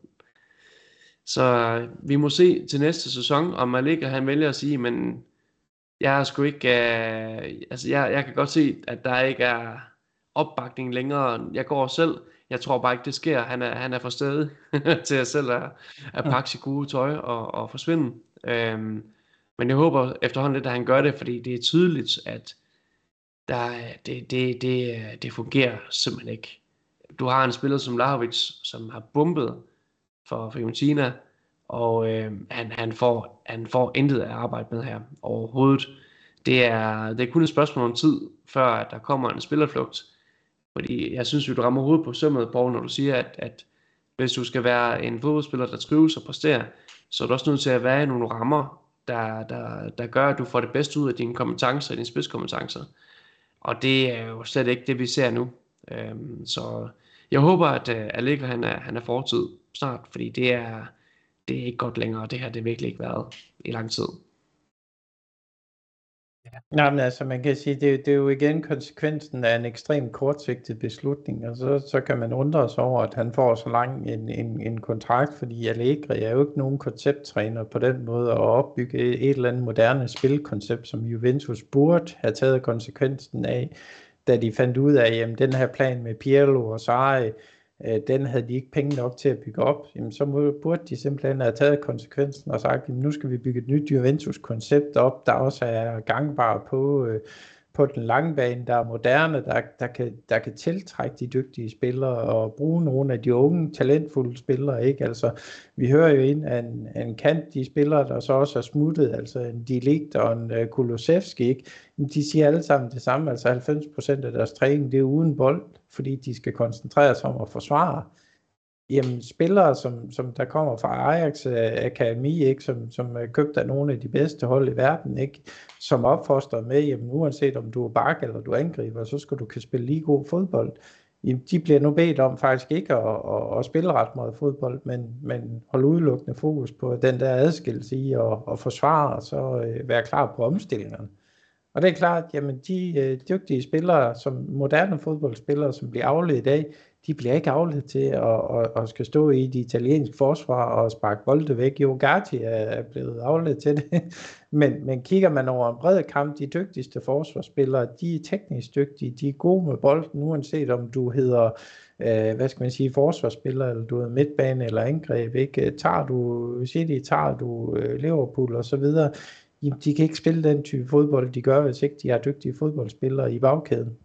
så vi må se til næste sæson, om Allegri han vælger at sige, men jeg er sgu ikke, jeg kan godt se, at der ikke er opbakning længere. Jeg går selv. Jeg tror bare ikke, det sker. Han er for stedig til at selv at pakke sit gode tøj og forsvinde. Men jeg håber efterhånden lidt, at han gør det, fordi det er tydeligt, at det fungerer simpelthen ikke. Du har en spiller som Vlahovic, som har bumpet for Fiorentina, og han får intet at arbejde med her overhovedet. Det er kun et spørgsmål om tid, før at der kommer en spillerflugt. Fordi jeg synes jo, du rammer hovedet på sømmet, Paul, når du siger, at hvis du skal være en fodboldspiller, der trives og præsterer, så er du også nødt til at være i nogle rammer, der gør, at du får det bedste ud af dine kompetencer, dine spidskompetencer. Og det er jo slet ikke det, vi ser nu. Så jeg håber, at Allegri han er fortid snart, fordi det er ikke godt længere, det har det virkelig ikke været i lang tid. Nej, men altså man kan sige, det er jo igen konsekvensen af en ekstremt kortsigtet beslutning, og så kan man undre sig over, at han får så lang en kontrakt, fordi Allegri er jo ikke nogen koncepttræner på den måde at opbygge et eller andet moderne spilkoncept, som Juventus burde have taget konsekvensen af, da de fandt ud af, at den her plan med Pirlo og Sarri, den havde de ikke penge nok til at bygge op, jamen så burde de simpelthen have taget konsekvensen og sagt, jamen nu skal vi bygge et nyt Juventus-koncept op, der også er gangbar på den lange bane, der er moderne, der kan tiltrække de dygtige spillere og bruge nogle af de unge, talentfulde spillere, ikke? Altså, vi hører jo ind af en kant, de spillere, der så også er smuttet, altså en De Ligt og en Kulusevski, ikke? De siger alle sammen det samme, altså 90% af deres træning, det er uden bold, fordi de skal koncentrere sig om at forsvare. Jamen, spillere, som der kommer fra Ajax Akademi, ikke, som er købt af nogle af de bedste hold i verden, ikke, som opfostrer med, jamen uanset om du er bak eller du angriber, så skal du kan spille lige god fodbold. de bliver nu bedt om faktisk ikke at spille ret meget fodbold, men holde udelukkende fokus på den der adskillelse i at forsvare og så være klar på omstillingerne. Og det er klart, jamen de dygtige spillere, som moderne fodboldspillere, som bliver afledt i dag, de bliver ikke afledt til at skal stå i det italienske forsvar og sparke bolde væk. Jo, Gatti er blevet afledt til det, men kigger man over en bred kamp, de dygtigste forsvarsspillere, de er teknisk dygtige, de er gode med bolden, uanset om du hedder, hvad skal man sige, forsvarsspiller, eller du er midtbane eller angreb, ikke? Tager du City, tager du Liverpool og så videre, de kan ikke spille den type fodbold, de gør, hvis ikke de har dygtige fodboldspillere i bagkæden.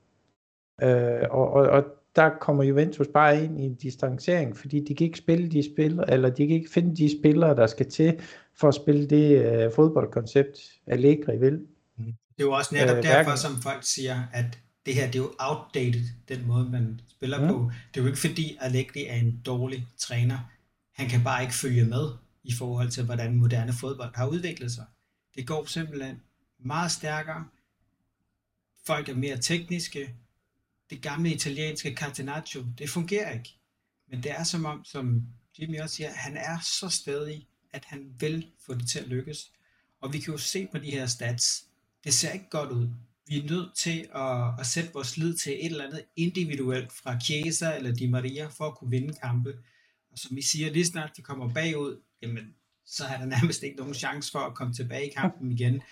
Og der kommer Juventus bare ind i en distancering, fordi de kan ikke spille de spillere, eller de kan ikke finde de spillere, der skal til for at spille det fodboldkoncept, Allegri vil. Det er jo også netop derfor, som folk siger, at det her, det er jo outdated, den måde, man spiller på. Det er jo ikke fordi, Allegri er en dårlig træner. Han kan bare ikke følge med i forhold til, hvordan moderne fodbold har udviklet sig. Det går simpelthen meget stærkere. Folk er mere tekniske. Det gamle italienske catenaccio, det fungerer ikke. Men det er som Jimmy også siger, han er så stædig, at han vil få det til at lykkes. Og vi kan jo se på de her stats. Det ser ikke godt ud. Vi er nødt til at sætte vores lid til et eller andet individuelt fra Chiesa eller Di Maria for at kunne vinde kampe. Og som vi siger, lige snart vi kommer bagud, jamen, så er der nærmest ikke nogen chance for at komme tilbage i kampen igen.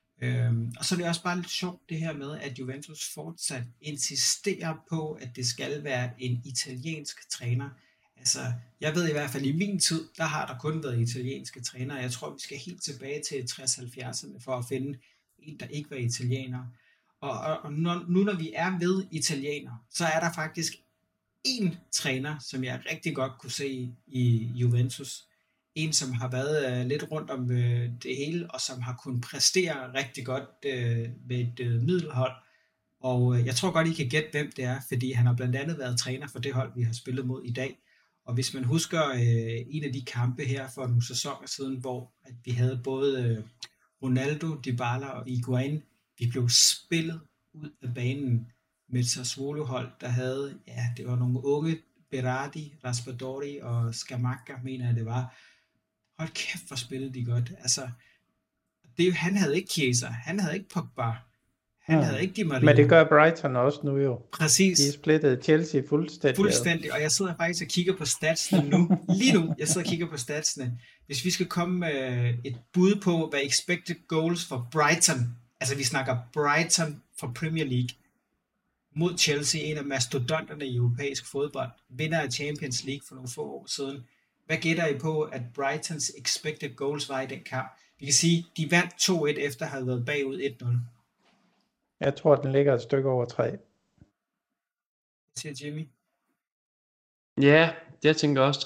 Og så er det også bare lidt sjovt det her med, at Juventus fortsat insisterer på, at det skal være en italiensk træner. Altså, jeg ved i hvert fald i min tid, der har der kun været italienske trænere. Jeg tror, vi skal helt tilbage til 60-70'erne for at finde en, der ikke var italiener. Og nu når vi er ved italiener, så er der faktisk en træner, som jeg rigtig godt kunne se i Juventus. En, som har været lidt rundt om det hele, og som har kunnet præstere rigtig godt med et middelhold. Og jeg tror godt, I kan gætte, hvem det er, fordi han har blandt andet været træner for det hold, vi har spillet mod i dag. Og hvis man husker en af de kampe her for nogle sæsoner siden, hvor at vi havde både Ronaldo, Dybala og Higuain, vi blev spillet ud af banen med et Sassuolo-hold, der havde, ja, det var nogle unge, Berardi, Raspadori og Scamacca, mener jeg det var. Hold kæft, hvor spillede de godt. Altså, han havde ikke Chiesa, han havde ikke Pogba, han havde ikke Di Maria. Men det gør Brighton også nu jo. Præcis. De splittede Chelsea fuldstændig. Fuldstændig, og jeg sidder faktisk og kigger på statsene nu. Lige nu, jeg sidder og kigger på statsene. Hvis vi skal komme med et bud på, hvad expected goals for Brighton, altså vi snakker Brighton for Premier League, mod Chelsea, en af mastodonterne i europæisk fodbold, vinder af Champions League for nogle få år siden. Hvad gætter I på, at Brightons expected goals var i den kamp? Vi kan sige, de vandt 2-1 efter at have været bagud 1-0. Jeg tror, den ligger et stykke over 3. Hvad siger Jimmy? Ja, jeg tænker også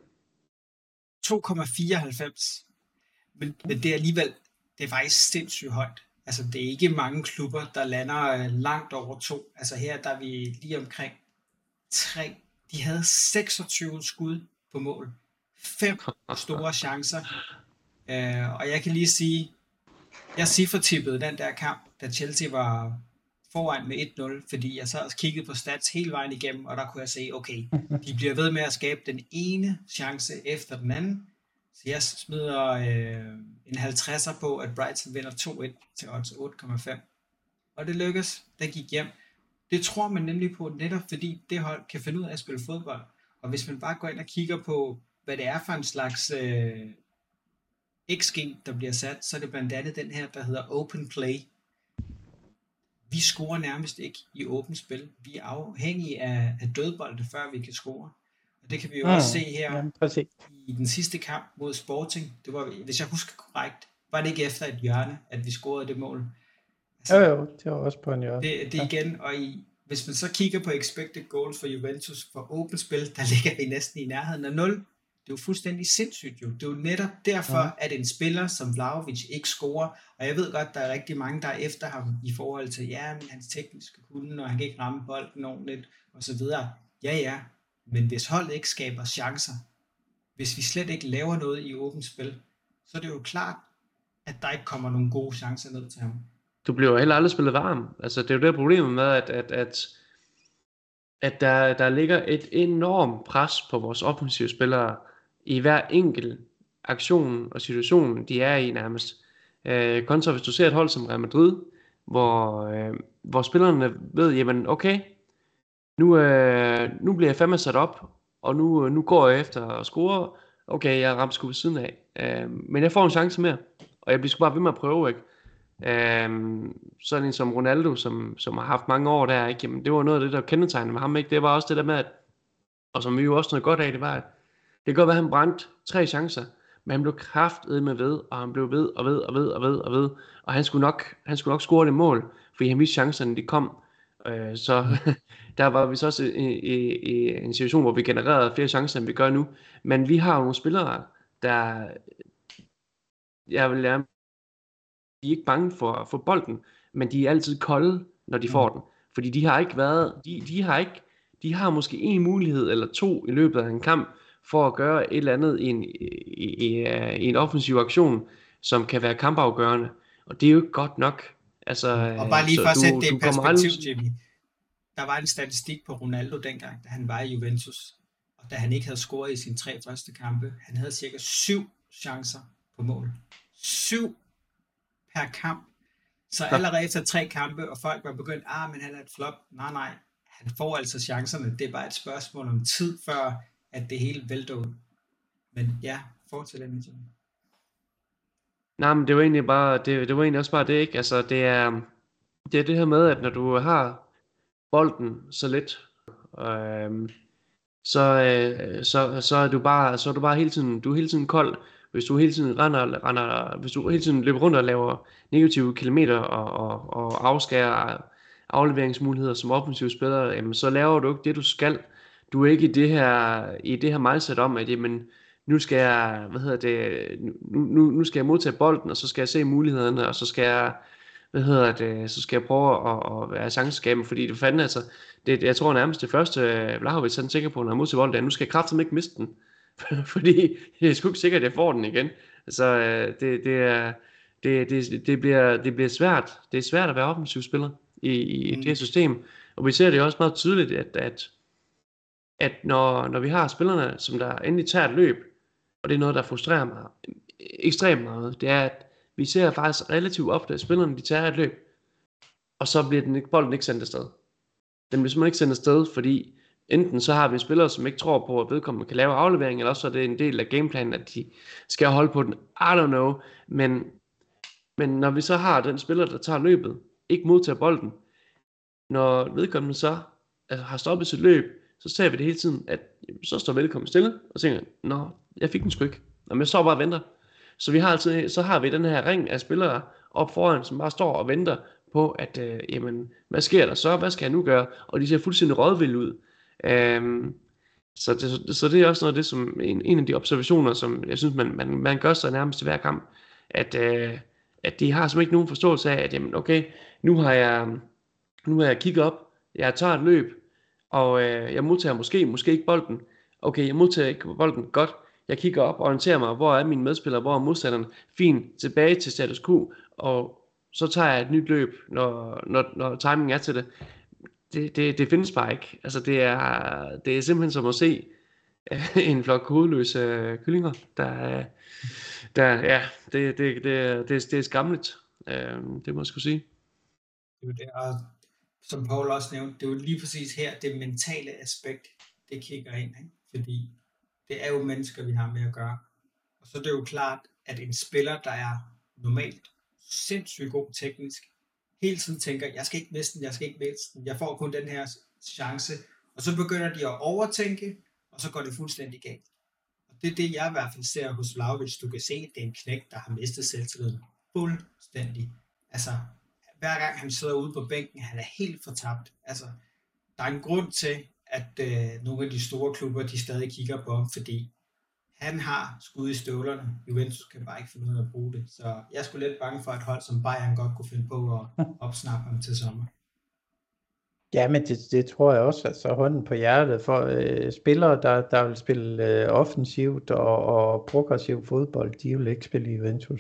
3,5. 2,94. Men det er alligevel, det er faktisk sindssygt højt. Altså, det er ikke mange klubber, der lander langt over 2. Altså her, der er vi lige omkring 3. De havde 26 skud på mål. 5 store chancer. Og jeg kan lige sige, jeg cifretippede den der kamp, da Chelsea var foran med 1-0, fordi jeg så også kiggede på stats hele vejen igennem, og der kunne jeg se, okay, de bliver ved med at skabe den ene chance efter den anden. Så jeg smider en 50'er på, at Brighton vinder 2-1 til odds 8,5. Og det lykkes, der gik hjem. Det tror man nemlig på, netop fordi det hold kan finde ud af at spille fodbold. Og hvis man bare går ind og kigger på, hvad det er for en slags XG, der bliver sat, så er det blandt andet den her, der hedder Open Play. Vi scorer nærmest ikke i åbent spil. Vi er afhængige af dødbolde, før vi kan score. Og det kan vi jo også se her i den sidste kamp mod Sporting. Det var, hvis jeg husker korrekt, var det ikke efter et hjørne, at vi scorede det mål. Altså, jo, det var også på en hjørne. Det igen, og hvis man så kigger på expected goals for Juventus for åbent spil, der ligger vi næsten i nærheden af 0. Det er jo fuldstændig sindssygt jo. Det er jo netop derfor, at en spiller som Vlahovic ikke scorer. Og jeg ved godt, der er rigtig mange, der er efter ham i forhold til, ja, men hans tekniske kunde, og han kan ikke ramme bolden ordentligt, og så videre. Ja. Men hvis holdet ikke skaber chancer, hvis vi slet ikke laver noget i åbent spil, så er det jo klart, at der ikke kommer nogle gode chancer ned til ham. Du bliver jo heller aldrig spillet varm. Altså, det er jo det problemet med, at der ligger et enormt pres på vores offensive spillere i hver enkelt aktion og situation, de er i nærmest. Kontra hvis du ser et hold som Real Madrid, hvor spillerne ved, jamen okay, nu bliver jeg fandme sat op, og nu går jeg efter at score. Okay, jeg ramte sgu ved siden af. Men jeg får en chance mere, og jeg bliver sgu bare ved med at prøve, ikke? Sådan en som Ronaldo, som har haft mange år der, ikke? Jamen, det var noget af det, der kendetegnede med ham, ikke? Det var også det der med, at, og som vi jo også noget godt af, det var, at det kan godt være, at han brændte 3 chancer, men han blev kraftedme ved, og han blev ved, og han skulle nok score det mål, fordi han vidste chancerne, de kom. Så der var vi så også i en situation, hvor vi genererede flere chancer, end vi gør nu. Men vi har jo nogle spillere, der, jeg vil lære, de er ikke bange for at få bolden, men de er altid kolde, når de får den. Fordi de har ikke været, de har måske en mulighed eller 2 i løbet af en kamp, for at gøre et eller andet i en offensiv aktion, som kan være kampafgørende. Og det er jo ikke godt nok. Altså, og bare lige for at sætte det i perspektiv, Jimmy. Der var en statistik på Ronaldo dengang, da han var i Juventus, og da han ikke havde scoret i sine 3 første kampe. Han havde cirka 7 chancer på mål. 7 per kamp. Så allerede efter 3 kampe, og folk var begyndt, men han er et flop. Nej, han får altså chancerne. Det er bare et spørgsmål om tid, før at det hele vælter ud. Men ja, fortsæt det, Jimmy. Nej, men det var egentlig bare, det var egentlig også bare det, ikke? Altså, det er det her med, at når du har bolden så let, så er du bare hele tiden, du er hele tiden kold. Hvis du hele tiden hvis du hele tiden løber rundt og laver negative kilometer og afskærer afleveringsmuligheder som offensiv spiller, jamen, så laver du ikke det, du skal. Du er ikke i det her mindset om, at jamen, nu skal jeg, nu skal jeg modtage bolden, og så skal jeg se mulighederne, og så skal jeg, så skal jeg prøve at være chanceskabende, fordi det fandme, altså, jeg tror nærmest det første, Vlahovic han tænker på, når han modtager bolden, at nu skal jeg kraftigt ikke miste den, fordi det er sgu ikke sikkert, at jeg får den igen. Altså, det bliver svært. Det er svært at være offensiv spiller i det her system, og vi ser det også meget tydeligt, at når vi har spillerne, som der endelig tager et løb, og det er noget, der frustrerer mig ekstremt meget, det er, at vi ser faktisk relativt ofte, at spillerne de tager et løb, og så bliver bolden ikke sendt afsted. Den bliver simpelthen ikke sendt afsted, fordi enten så har vi spillere, som ikke tror på, at vedkommende kan lave aflevering, eller også er det en del af gameplanen, at de skal holde på den. I don't know. Men når vi så har den spiller, der tager løbet, ikke modtager bolden, når vedkommende så har stoppet sit løb, så ser vi det hele tiden, at så står vedkommende stille, og tænker, nå, jeg fik den sgu ikke. Nå, men jeg står bare og venter. Så har vi den her ring af spillere op foran, som bare står og venter på, at jamen, hvad sker der så? Hvad skal jeg nu gøre? Og de ser fuldstændig rådvilde ud. Så det er også noget af det, som en af de observationer, som jeg synes, man gør sig nærmest i hver kamp, at de har simpelthen ikke nogen forståelse af, at jamen, okay, nu har jeg kigget op, jeg tager et løb, og jeg modtager måske ikke bolden. Okay, jeg modtager ikke bolden, godt. Jeg kigger op og orienterer mig, hvor er mine medspillere, hvor er modstanderne. Fint, tilbage til status quo, og så tager jeg et nyt løb, når timingen er til det. Det findes bare ikke. Altså det er simpelthen som at se en flok hovedløse kyllinger, der det er skamligt. Det må jeg skulle sige. Det er det, og som Paul også nævnte, det er jo lige præcis her, det mentale aspekt, det kigger ind, ikke? Fordi det er jo mennesker, vi har med at gøre. Og så er det jo klart, at en spiller, der er normalt sindssygt god teknisk, hele tiden tænker, jeg skal ikke miste den, jeg får kun den her chance, og så begynder de at overtænke, og så går det fuldstændig galt. Og det er det, jeg i hvert fald ser hos Vlahovic. Du kan se, at det er en knægt, der har mistet selvtilliden fuldstændig. Altså, hver gang han sidder ude på bænken, han er helt fortabt. Altså, der er en grund til, at nogle af de store klubber, de stadig kigger på ham, fordi han har skud i støvlerne. Juventus kan bare ikke finde ud af at bruge det. Så jeg er sgu lidt bange for, at hold som Bayern godt kunne finde på at opsnappe ham til sommer. Ja, men det tror jeg også, altså hånden på hjertet for spillere, der vil spille offensivt og progressiv fodbold, de vil ikke spille i Juventus.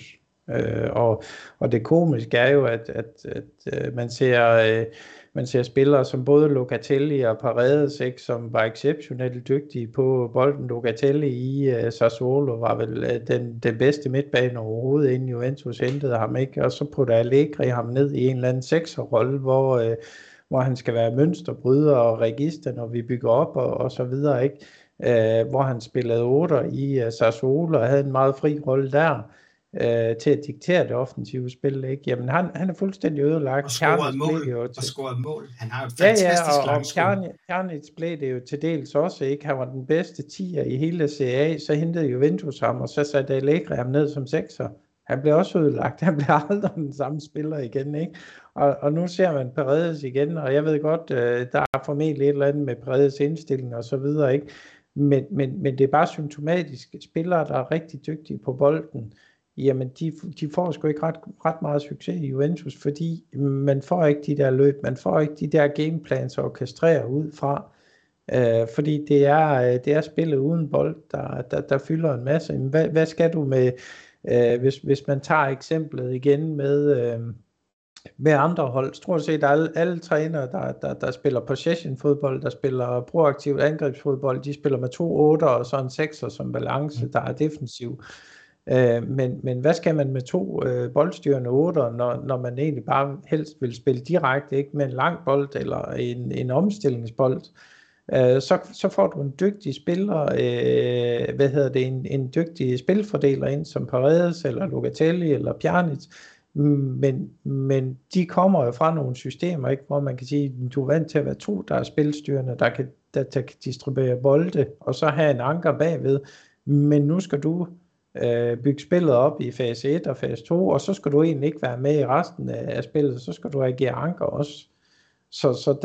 Og det komiske er jo, at man ser spillere som både Locatelli og Paredes, ikke, som var exceptionelt dygtige på bolden. Locatelli i Sassuolo var vel den bedste midtbane overhovedet, inden Juventus hentede ham, ikke? Og så putter Allegri ham ned i en eller anden sekserrolle, hvor han skal være mønsterbryder og register, når vi bygger op og så videre, ikke? Hvor han spillede 8 i Sassuolo og havde en meget fri rolle der til at diktere det offensive spil, ikke? Jamen han er fuldstændig ødelagt. Og scoret mål. Han har jo et fantastisk langskud. Pjanic blev det jo til dels også, ikke? Han var den bedste 10'er i hele CA, så hentede Juventus ham, og så satte Allegri ham ned som 6'er. Han blev også ødelagt. Han blev aldrig den samme spiller igen, ikke? Og nu ser man Paredes igen, og jeg ved godt, der er formentlig et eller andet med Paredes indstilling og så videre, ikke? Men det er bare symptomatisk. Spillere, der er rigtig dygtige på bolden, jamen de får sgu ikke ret meget succes i Juventus, fordi man får ikke de der løb, man får ikke de der gameplans at orkestrere ud fra, fordi det er spillet uden bold, der fylder en masse. Hvad skal du med, hvis man tager eksemplet igen med andre hold, stort set alle trænere, der spiller possession fodbold, der spiller proaktivt angrebsfodbold, de spiller med 2 8'er og så en 6'er som balance, der er defensiv. Men hvad skal man med 2 boldstyrende 8'er, når man egentlig bare helst vil spille direkte, ikke med en lang bold eller en omstillingsbold? Så får du en dygtig spiller, en dygtig spilfordeler ind som Paredes eller Locatelli eller Pjanic, men de kommer jo fra nogle systemer, ikke, hvor man kan sige, du er vant til at være 2, der er spilstyrende, der kan distribuere bolde, og så have en anker bagved, men nu skal du bygge spillet op i fase 1 og fase 2, og så skal du egentlig ikke være med i resten af spillet, så skal du agere anker også. Så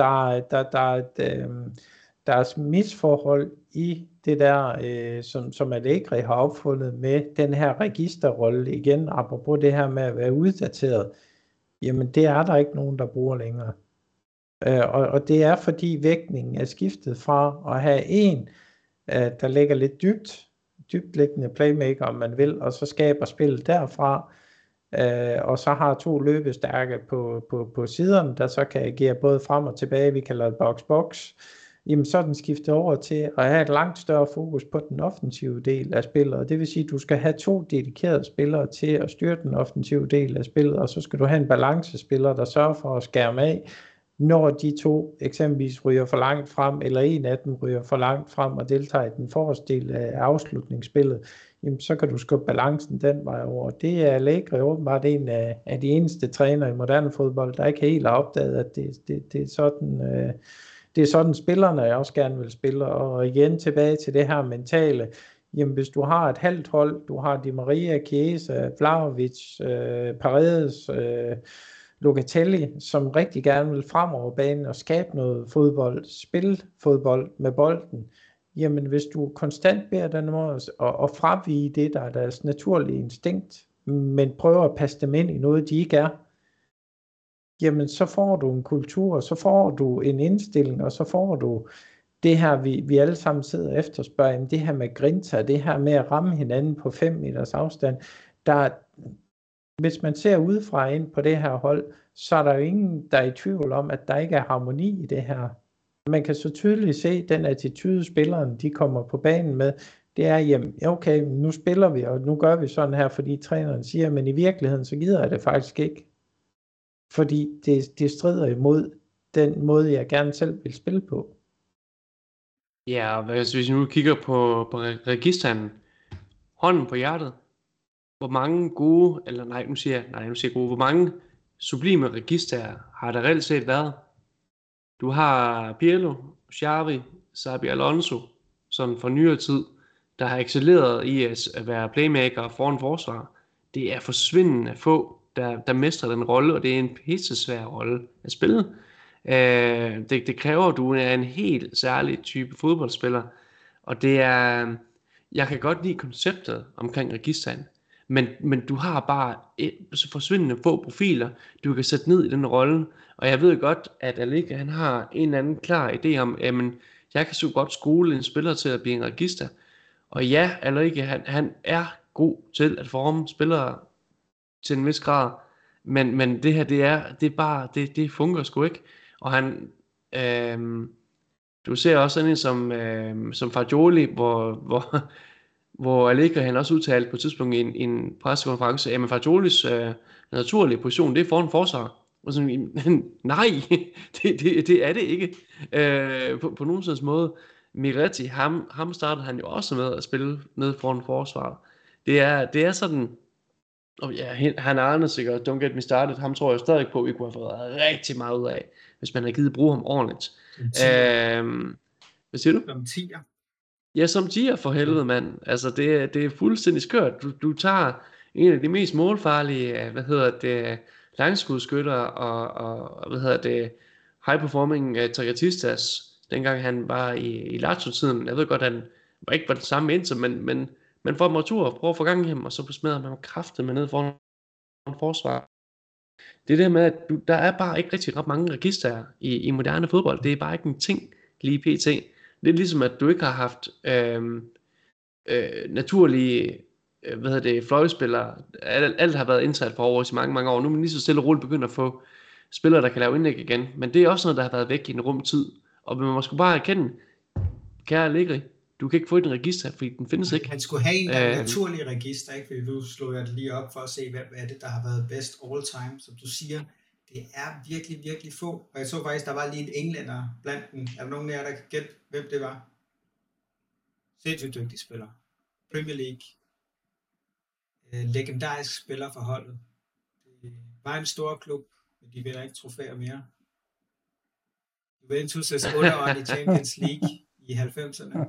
der er et misforhold i det der, som Allegri har opfundet med den her registerrolle, igen apropos det her med at være uddateret, jamen det er der ikke nogen, der bruger længere. Og det er fordi vægtningen er skiftet fra at have en, der ligger lidt dybtliggende playmaker, om man vil, og så skaber spillet derfra, og så har 2 løbestærke på siderne, der så kan agere både frem og tilbage, vi kalder det box-box, jamen så er den skiftet over til at have et langt større fokus på den offensive del af spillet, og det vil sige, at du skal have 2 dedikerede spillere til at styre den offensive del af spillet, og så skal du have en balancespiller, der sørger for at skærme af, når de 2 eksempelvis ryger for langt frem, eller en af dem ryger for langt frem og deltager i den forreste del af afslutningsspillet, jamen så kan du skubbe balancen den vej over. Det er Allegri åbenbart en af de eneste trænere i moderne fodbold, der ikke helt har opdaget, at det er sådan spillerne også gerne vil spille. Og igen tilbage til det her mentale, jamen hvis du har et halvt hold, du har Di Maria, Chiesa, Vlahovic, Paredes, Locatelli, som rigtig gerne vil fremover banen og skabe noget fodbold, spille fodbold med bolden, jamen hvis du konstant beder den måde at fravige det, der er deres naturlige instinkt, men prøver at passe dem ind i noget, de ikke er, jamen så får du en kultur, og så får du en indstilling, og så får du det her, vi alle sammen sidder og efterspørger, jamen det her med grinta, det her med at ramme hinanden på 5 meters afstand, hvis man ser udefra ind på det her hold, så er der jo ingen, der er i tvivl om, at der ikke er harmoni i det her. Man kan så tydeligt se, den attitude spilleren, de kommer på banen med, det er, jamen okay, nu spiller vi, og nu gør vi sådan her, fordi træneren siger, men i virkeligheden, så gider jeg det faktisk ikke. Fordi det strider imod den måde, jeg gerne selv vil spille på. Ja, hvis vi nu kigger på registeren, hånden på hjertet, hvor mange gode, eller nu siger jeg gode, hvor mange sublime register har der reelt set været? Du har Pirlo, Xavi, Xabi Alonso, sådan for nyere tid, der har excelleret i at være playmaker foran forsvar. Det er forsvindende få, der mestrer den rolle, og det er en pissesvær rolle at spille. Det kræver, at du er en helt særlig type fodboldspiller, og det er, jeg kan godt lide konceptet omkring registeren, men du har bare forsvindende få profiler, du kan sætte ned i den rolle, og jeg ved godt, at Allegri han har en eller anden klar idé om, jamen, jeg kan så godt skole en spiller til at blive en register, og ja, Allegri han er god til at forme spillere til en vis grad. Men det her, det er bare, det fungerer sgu ikke. Og han, du ser også sådan en som Fagioli, hvor Allegri han også udtalte på et tidspunkt i en pressekonference, at Fagiolis naturlige position, det er foran forsvar. Og sådan, nej, det er det ikke. På nogen sådan måde. Miretti, ham startede han jo også med at spille ned foran forsvaret. Det er sådan, og ja, han Arne sikkert, don't get me started, ham tror jeg stadig på, at vi kunne have fået rigtig meget ud af, hvis man havde givet bruge ham ordentligt. Hvad siger du? Som 10'er. Ja, som 10'er for helvede, mand. Altså, det er fuldstændig skørt. Du tager en af de mest målfarlige, langskudsskytter og high performing Tagliatistas, dengang han var i Lazio-tiden. Jeg ved godt, han ikke var den samme indtil, men man får dem retur og prøver at få gang i ham, og så smider man kraftet med ned foran forsvar. Det er det med, at der er bare ikke rigtig ret mange register i moderne fodbold. Det er bare ikke en ting lige pt. Det er ligesom, at du ikke har haft naturlige fløjspillere. Alt har været indsat for over i mange, mange år. Nu er man lige så stille og roligt begyndt at få spillere, der kan lave indlæg igen. Men det er også noget, der har været væk i en rum tid. Og man må sgu bare erkende, kære Allegri, du kan ikke få et register, fordi den findes ikke. Han skulle have en naturlig register, ikke? Fordi nu slog jeg det lige op for at se, hvad er det, der har været best all time. Som du siger, det er virkelig, virkelig få. Og jeg så faktisk, der var lige en englænder blandt dem. Er der nogen af jer, der kan gætte, hvem det var? Sindssygt dygtig spiller. Premier League. Legendarisk spiller for holdet. Det var en stor klub, men de vinder ikke trofæer mere. Juventus' underånd i Champions League i 90'erne.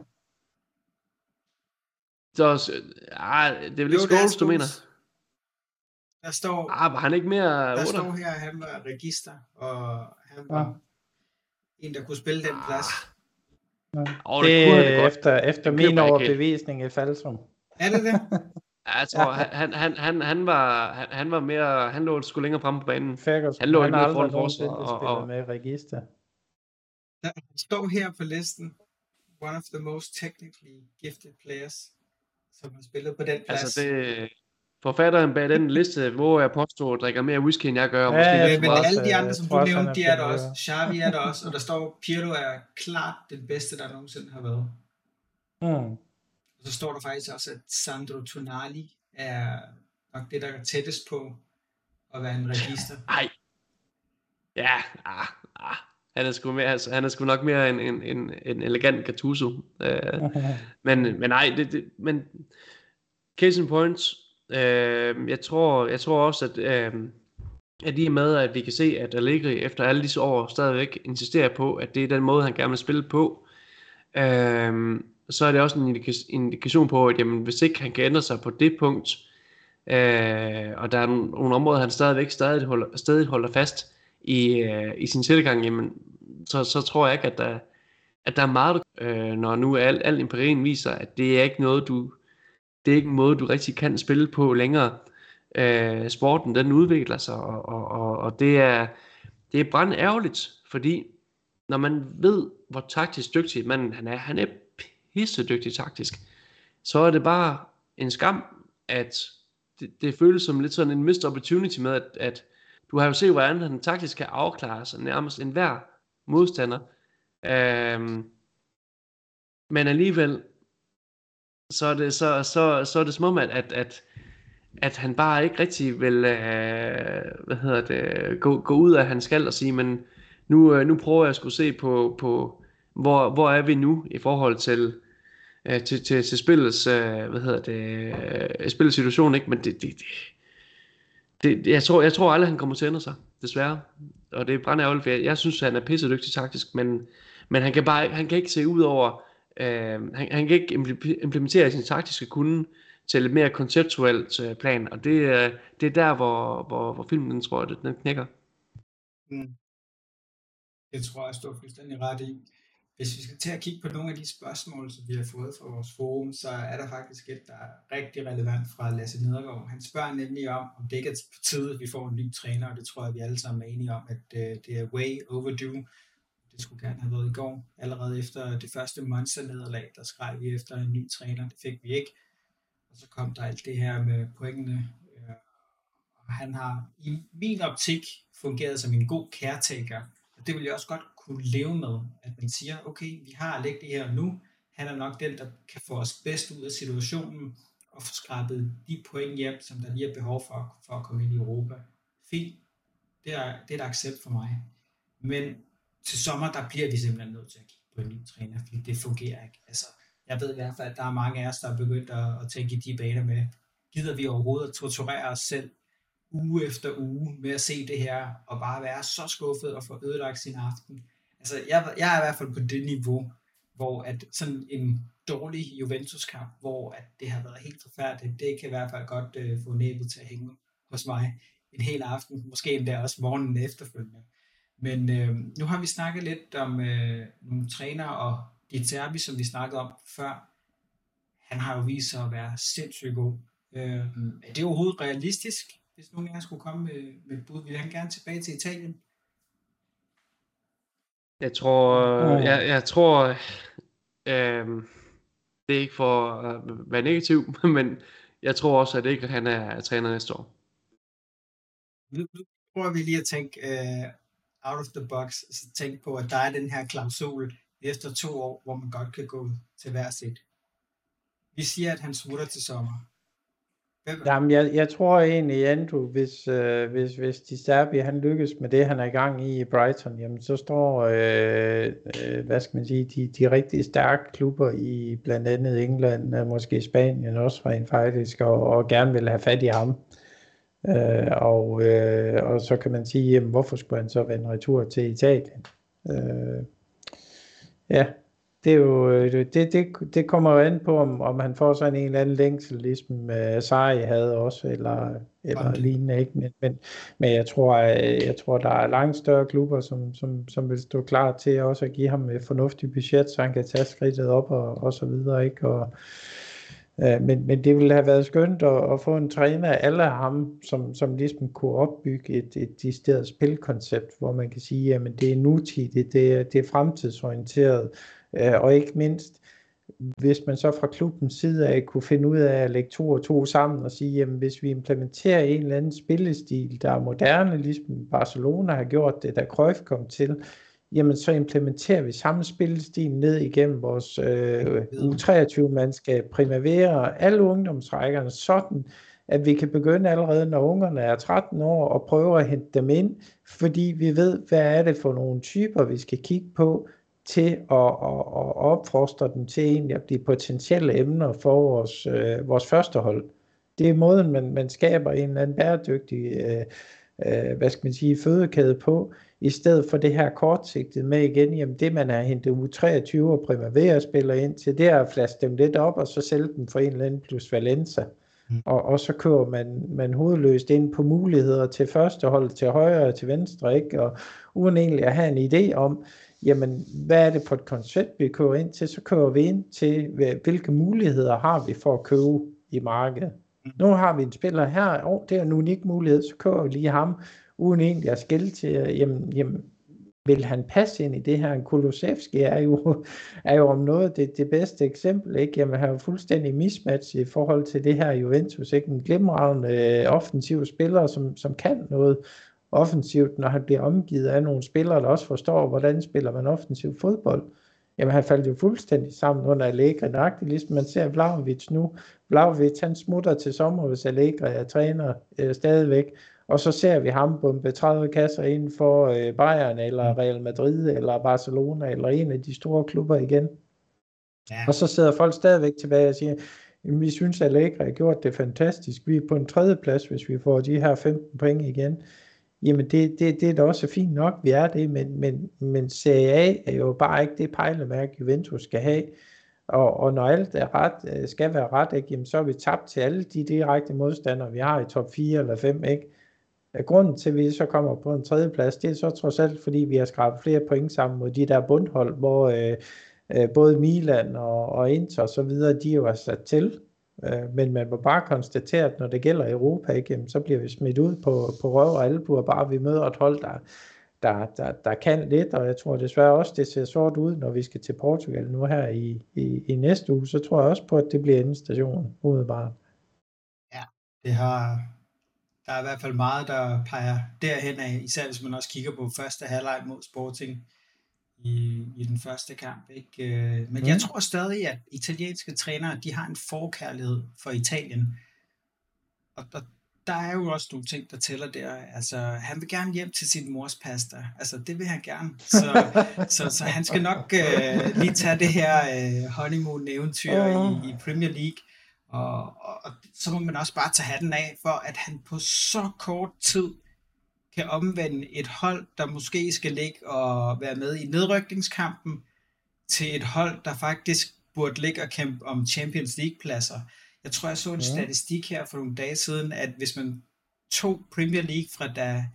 Det er vel ikke Scholes, du mener? Der står, var han ikke mere der står her, at han var register, og han var en, der kunne spille den plads. Det er efter min overbevisning i Falsum. Er det det? Jeg tror, han var mere, han lå sgu længere fremme på banen. Han lå ikke mere foran forsvaret. Og med register. Der står her på listen, one of the most technically gifted players, som har spillet på den plads. Altså forfatteren bag den liste, hvor jeg påstår, at drikker mere whisky, end jeg gør. Men alle de andre, som du nævnte, de er der også. Xavi er der også, og der står, Pirlo er klart den bedste, der nogensinde har været. Og så står der faktisk også, at Sandro Tonali er nok det, der er tættest på at være en register. Nej. Ja, han er sgu nok mere en elegant Gattuso. Men nej, men case in point, jeg tror også, at i og med, at vi kan se, at Allegri efter alle disse år stadigvæk insisterer på, at det er den måde, han gerne vil spille på, så er det også en indikation på, at jamen, hvis ikke han kan ændre sig på det punkt, og der er nogle områder, han stadig holder fast i sin tilgang, jamen, så tror jeg ikke, at der er meget, når nu al empirien viser, at det er ikke noget, det er ikke en måde, du rigtig kan spille på længere. Sporten, den udvikler sig, og det er brandærgerligt, fordi når man ved, hvor taktisk dygtig manden han er pissedygtig taktisk, så er det bare en skam, at det føles som lidt sådan en missed opportunity med, at du har jo set, hvordan han taktisk kan afklare sig nærmest enhver modstander. Men alligevel, så er det som om, at han bare ikke rigtig vil gå ud af han skal og sige, men nu prøver jeg at skulle se på hvor er vi nu i forhold til spillets spillets situation, ikke? Men jeg tror aldrig han kommer til at ændre sig, desværre. Og det er brandærgerligt, for jeg synes han er pissedygtig taktisk, men han kan ikke se ud over han kan ikke implementere sin taktiske kunde til et mere konceptuelt plan, og det er der hvor filmen, den tror jeg, den knækker. Det tror jeg står fuldstændig ret i. Hvis vi skal til at kigge på nogle af de spørgsmål, som vi har fået fra vores forum, så er der faktisk et, der er rigtig relevant fra Lasse Nedergaard. Han spørger nemlig om det ikke er på tide, at vi får en ny træner, og det tror jeg, vi alle sammen er enige om, at det er way overdue. Det skulle gerne have været i går. Allerede efter det første Monza-nederlag, der skreg vi efter en ny træner. Det fik vi ikke. Og så kom der alt det her med pointene. han har i min optik fungeret som en god caretaker. Og det vil jeg også godt kunne leve med, at man siger, okay, vi har Allegri her nu. Han er nok den, der kan få os bedst ud af situationen og få skrabet de point hjem, som der lige er behov for at komme ind i Europa. Fint. Det er et accept for mig. Men til sommer, der bliver vi simpelthen nødt til at kigge på en ny træner, fordi det fungerer ikke. Altså, jeg ved i hvert fald, at der er mange af os, der er begyndt at tænke i de baner med, gider vi overhovedet at torturere os selv uge efter uge med at se det her, og bare være så skuffet og få ødelagt sin aften. Altså, jeg er i hvert fald på det niveau, hvor at sådan en dårlig Juventus-kamp, hvor at det har været helt forfærdeligt, det kan i hvert fald godt få næbet til at hænge hos mig en hel aften, måske endda også morgenen efterfølgende. Men nu har vi snakket lidt om nogle trænere, og Di Zerbi, som vi snakkede om før, han har jo vist sig at være sindssygt god. Er det overhovedet realistisk, hvis nogen af jer skulle komme med et bud? Vil han gerne tilbage til Italien? Jeg tror det er ikke for at være negativ, men jeg tror også, at ikke han er træner næste år. Nu prøver vi lige at tænke out of the box, så tænk på, at der er den her klausul efter 2 år, hvor man godt kan gå til hver sit. Vi siger, at han smutter til sommer. Jamen, jeg tror egentlig, Andrew, hvis Di Zerbi, han lykkes med det, han er i gang i Brighton, jamen så står, hvad skal man sige, de rigtig stærke klubber i blandt andet England, måske Spanien også rent faktisk, og gerne vil have fat i ham. Og så kan man sige, jamen, hvorfor skulle han så vende retur til Italien? Ja. Det er jo, det kommer jo an på, om han får sådan en eller anden længsel, ligesom Sarri havde også, eller lignende, ikke? Men jeg tror, der er langt større klubber, som vil stå klar til også at give ham et fornuftigt budget, så han kan tage skridtet op og så videre, ikke? Men det ville have været skønt at få en træner alle ham, som ligesom kunne opbygge et decideret spilkoncept, hvor man kan sige, jamen det er nutidigt, det er fremtidsorienteret, og ikke mindst, hvis man så fra klubbens side af kunne finde ud af at lægge 2 og 2 sammen og sige, jamen hvis vi implementerer en eller anden spillestil, der er moderne, ligesom Barcelona har gjort det, da Cruyff kom til, jamen så implementerer vi samme spillestil ned igennem vores U23-mandskab, Primavera, alle ungdomsrækkerne, sådan at vi kan begynde allerede, når ungerne er 13 år, og prøve at hente dem ind, fordi vi ved, hvad er det for nogle typer, vi skal kigge på, til at opfostre dem til egentlig at blive potentielle emner for vores første hold. Det er måden, man skaber en eller anden bæredygtig hvad skal man sige, fødekæde på, i stedet for det her kortsigtet med igen, jamen det man har hentet U23 og Primavera-spillere ind til, det er at flaske dem lidt op, og så sælge dem for en eller anden plus Valenza. Og så kører man hovedløst ind på muligheder til første hold, til højre og til venstre, ikke? Og uden egentlig at have en idé om, jamen hvad er det for et koncept, vi kører ind til, så kører vi ind til, hvilke muligheder har vi for at købe i markedet. Nu har vi en spiller her, det er en unik mulighed, så kører vi lige ham, uden egentlig at skille til, jamen vil han passe ind i det her? Kulusevski er jo om noget det bedste eksempel, ikke? Jamen han er jo fuldstændig mismatch i forhold til det her Juventus, ikke? En glimrende offensiv spiller, som kan noget offensivt, når han bliver omgivet af nogle spillere, der også forstår, hvordan spiller man offensiv fodbold. Jamen han faldt jo fuldstændig sammen under Allegri, nøjagtigt ligesom man ser Vlahovic nu. Vlahovic han smutter til sommer, hvis Allegri er træner stadigvæk, og så ser vi ham bombe 30 kasser inden for Bayern, eller Real Madrid, eller Barcelona, eller en af de store klubber igen. Ja. Og så sidder folk stadigvæk tilbage og siger, vi synes, at Allegri har gjort det fantastisk. Vi er på en 3. plads, hvis vi får de her 15 point igen. Jamen det er da også fint nok, vi er det, men Serie A er jo bare ikke det pejlemærke, Juventus skal have. Og når alt er ret, skal være ret, ikke, jamen så er vi tabt til alle de direkte modstandere, vi har i top 4 eller 5, ikke? Grunden til, at vi så kommer på en 3. plads, det er så trods alt, fordi vi har skrabet flere point sammen mod de der bundhold, hvor både Milan og Inter og så videre, de jo er sat til. Men man må bare konstatere, at når det gælder Europa, ikke, så bliver vi smidt ud på røv og albuer, bare vi møder et hold, der kan lidt, og jeg tror desværre også, det ser sort ud, når vi skal til Portugal nu her i næste uge, så tror jeg også på, at det bliver endestationen, umiddelbart. Ja, der er i hvert fald meget, der peger derhen af, især hvis man også kigger på første halvleg mod Sporting i den første kamp. Ikke? Men jeg tror stadig, at italienske trænere, de har en forkærlighed for Italien. Og der er jo også nogle ting, der tæller der. Altså, han vil gerne hjem til sin mors pasta. Altså, det vil han gerne. Så han skal nok lige tage det her honeymoon-eventyr i Premier League. Og så må man også bare tage hatten af, for at han på så kort tid kan omvende et hold, der måske skal ligge og være med i nedrykningskampen, til et hold, der faktisk burde ligge og kæmpe om Champions League-pladser. Jeg tror, jeg så en statistik her for nogle dage siden, at hvis man tog Premier League fra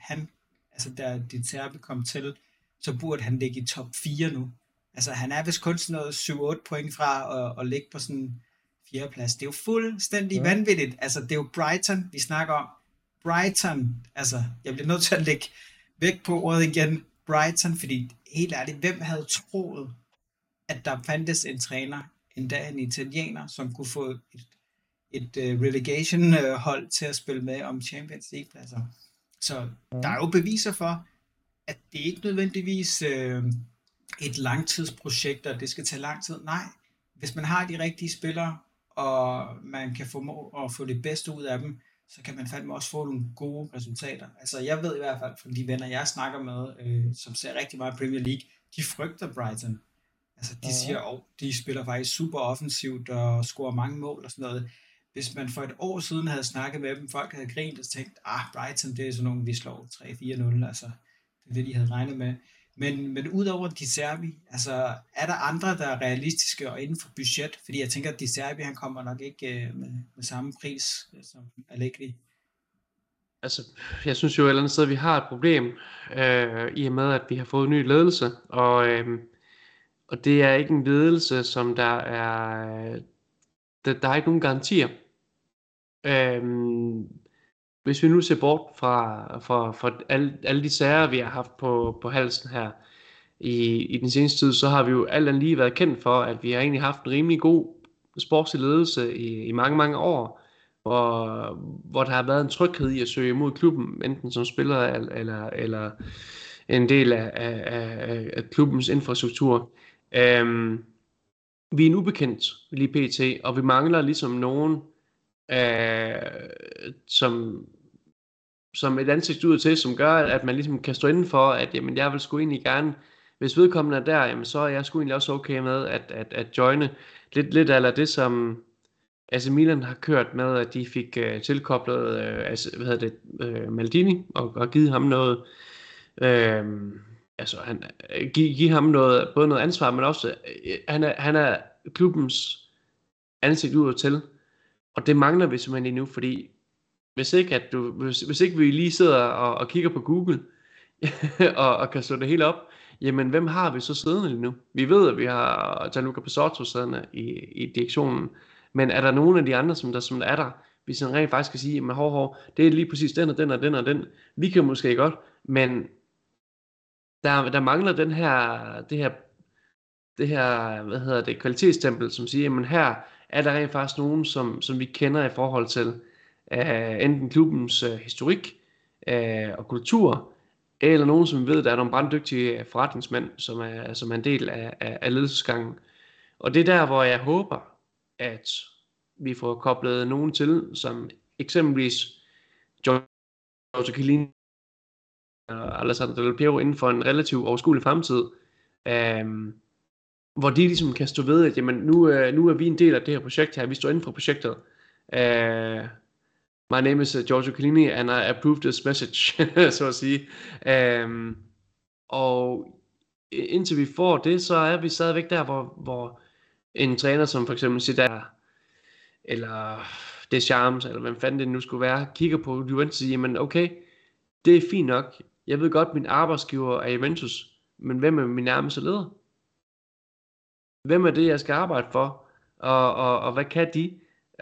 da Di Zerbi kom til, så burde han ligge i top 4 nu. Altså han er vist kun sådan noget 7-8 point fra at ligge på sådan en 4. plads. Det er jo fuldstændig vanvittigt. Altså det er jo Brighton, vi snakker om. Brighton, altså jeg bliver nødt til at lægge væk på ordet igen. Brighton, fordi helt ærligt, hvem havde troet, at der fandtes en træner, endda en italiener, som kunne få et relegation-hold til at spille med om Champions League-pladser. Så der er jo beviser for, at det ikke nødvendigvis et langtidsprojekt, og det skal tage lang tid. Nej, hvis man har de rigtige spillere, og man kan formå at få det bedste ud af dem, så kan man fandme også få nogle gode resultater. Altså jeg ved i hvert fald fra de venner, jeg snakker med, som ser rigtig meget Premier League, de frygter Brighton. Altså de siger, de spiller faktisk super offensivt og scorer mange mål og sådan noget. Hvis man for et år siden havde snakket med dem, folk havde grint og tænkt, Brighton, det er sådan nogle, vi slår 3-4-0, altså det er det, de havde regnet med. Men udover Di Zerbi, altså er der andre, der er realistiske og inden for budget? Fordi jeg tænker, at Di Zerbi, han kommer nok ikke med samme pris som Allegri. Altså, jeg synes jo et eller andet sted, at vi har et problem, i og med, at vi har fået ny ledelse, og det er ikke en ledelse, som der er ikke nogen garantier. Hvis vi nu ser bort fra alle de sager, vi har haft på halsen her i den seneste tid, så har vi jo alt andet lige været kendt for, at vi har egentlig haft en rimelig god sportslig ledelse i mange, mange år, hvor der har været en tryghed i at søge imod klubben, enten som spiller eller en del af klubbens infrastruktur. Vi er en ubekendt lige pt, og vi mangler ligesom nogen, som et ansigt ud til, som gør, at man ligesom kan stå inden for, at jamen, jeg vil sgu egentlig gerne, hvis vedkommende er der, jamen, så er jeg sgu egentlig også okay med at joine. Lidt eller det, som AC Milan har kørt med, at de fik tilkoblet Maldini og givet ham noget, give ham noget, både noget ansvar, men også han er klubbens ansigt ud til, og det mangler vi simpelthen endnu, fordi hvis ikke vi lige sidder og kigger på Google og kan slå det hele op, jamen hvem har vi så siddende lige nu? Vi ved, at vi har Gianluca Pessotto siddende i direktionen, men er der nogen af de andre, som der er der, vi sådan rent faktisk kan sige, men det er lige præcis den og den og den og den. Vi kan måske godt, men der mangler det her kvalitetstempel, som siger, jamen her er der rent faktisk nogen, som vi kender i forhold til enten klubbens historik og kultur, eller nogen, som ved, der er nogle branddygtige forretningsmænd, som er en del af ledelsesgangen. Og det er der, hvor jeg håber, at vi får koblet nogen til, som eksempelvis Giorgio Chiellini og Alessandro Del Piero inden for en relativt overskuelig fremtid, hvor de ligesom kan stå ved, at jamen, nu er vi en del af det her projekt her, vi står inden for projektet. My name is Giorgio Chiellini, and I approve this message, så at sige. Og indtil vi får det, så er vi stadigvæk der, hvor en træner som for eksempel Zidane, eller Deschamps, eller hvem fanden det nu skulle være, kigger på Juventus og siger, jamen okay, det er fint nok. Jeg ved godt, min arbejdsgiver er Juventus, men hvem er min nærmeste leder? Hvem er det, jeg skal arbejde for? Og hvad kan de?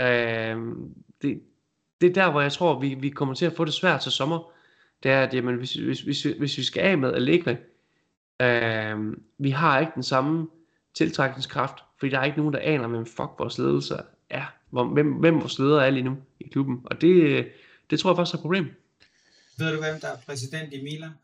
Det er der, hvor jeg tror, vi kommer til at få det svært til sommer. Det er, at jamen, hvis vi skal af med Allegri, vi har ikke den samme tiltrækningskraft, fordi der er ikke nogen, der aner, hvem vores ledelse er. Hvem vores ledere er lige nu i klubben. Og det tror jeg faktisk er et problem. Ved du, hvem der er præsident i Milan?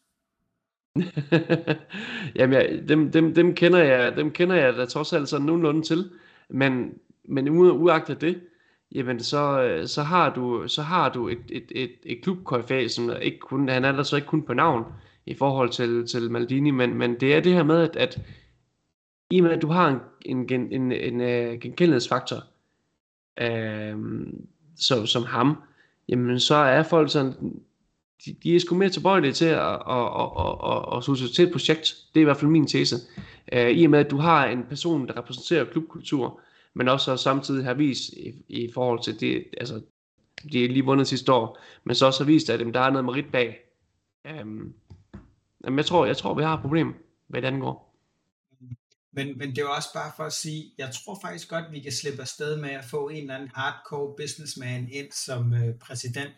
Jamen, dem kender jeg da trods alt sådan nogenlunde til, men uagtet det, jamen så har du et klubkoryfæ, som ikke kun, han er altså ikke kun på navn i forhold til Maldini, men det er det her med, at i og med, at du har en genkendelighedsfaktor, som ham, jamen så er folk sådan, de er sgu mere tilbøjelige til at suge sig til et projekt. Det er i hvert fald min tese. I og med, at du har en person, der repræsenterer klubkultur, men også samtidig har vist i forhold til det, altså de er lige vundet sidste år, men så også har vist, at der er noget merit bag. Jamen, jeg tror, vi har et problem, hvad det angår. Men det er jo også bare for at sige, jeg tror faktisk godt, vi kan slippe afsted med at få en eller anden hardcore businessman ind som præsident,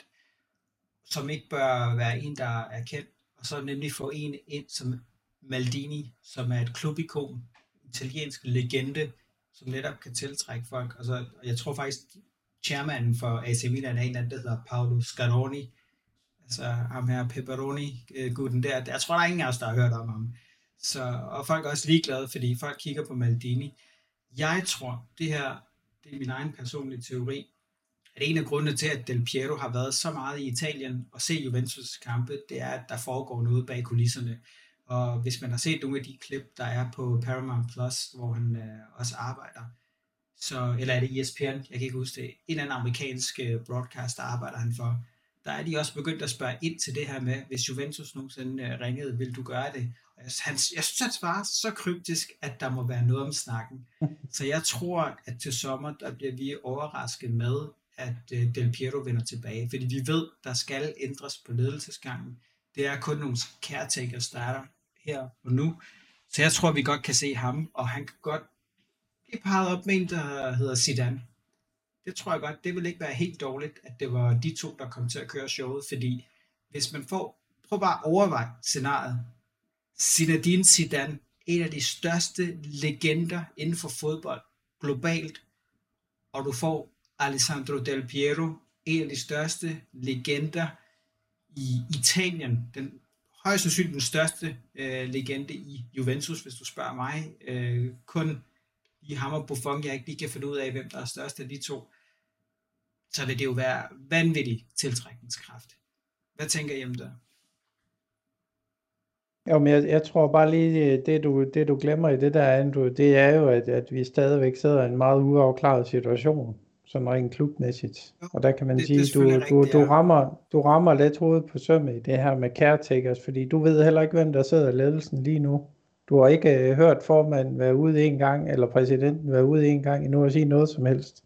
som ikke bør være en, der er kendt, og så nemlig få en ind som Maldini, som er et klubikon, italiensk legende, som netop kan tiltrække folk. Og jeg tror faktisk, chairmanen for AC Milan er en anden, der hedder Paolo Scaroni, altså ham her Pepperoni-gutten der. Jeg tror, der er ingen af os, der har hørt om ham. Og folk er også ligeglade, fordi folk kigger på Maldini. Jeg tror, det er min egen personlige teori, at en af grundene til, at Del Piero har været så meget i Italien og se Juventus kampe, det er, at der foregår noget bag kulisserne. Og hvis man har set nogle af de klip, der er på Paramount Plus, hvor han også arbejder, eller er det ESPN, jeg kan ikke huske det, en eller anden amerikansk broadcaster arbejder han for, der er de også begyndt at spørge ind til det her med, hvis Juventus nogensinde ringede, vil du gøre det? Og jeg synes, han svarer så kryptisk, at der må være noget om snakken. Så jeg tror, at til sommer, der bliver vi overrasket med, at Del Piero vender tilbage. Fordi vi ved, der skal ændres på ledelsesgangen. Det er kun nogle caretakers, der er der her og nu. Så jeg tror, vi godt kan se ham, og han kan godt blive parret op med en, der hedder Zidane. Det tror jeg godt, det vil ikke være helt dårligt, at det var de to, der kom til at køre showet, fordi hvis man prøv bare at overveje scenariet. Zinedine Zidane, en af de største legender inden for fodbold globalt, og du får Alessandro Del Piero, en af de største legender i Italien, højst sandsynligt den største legende i Juventus, hvis du spørger mig. Kun i ham og Buffon, jeg ikke lige kan finde ud af, hvem der er størst af de to, så vil det jo være vanvittig tiltrækningskraft. Hvad tænker I om det? Jo, men jeg tror bare lige, det du glemmer i det der, Andrew, det er jo, at vi stadigvæk sidder i en meget uafklaret situation, som rent klubmæssigt. Og der kan man sige, du rammer let hovedet på sømmet i det her med caretakers, fordi du ved heller ikke, hvem der sidder i ledelsen lige nu. Du har ikke hørt formanden være ude en gang, eller præsidenten være ude en gang endnu og sige noget som helst.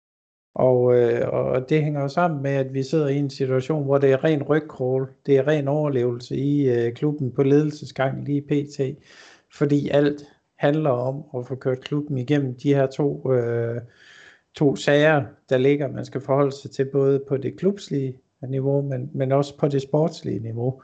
Og det hænger jo sammen med, at vi sidder i en situation, hvor det er ren rygcrawl, det er ren overlevelse i klubben på ledelsesgangen lige pt. Fordi alt handler om at få kørt klubben igennem de her to sager, der ligger, man skal forholde sig til, både på det klubslige niveau, men også på det sportslige niveau.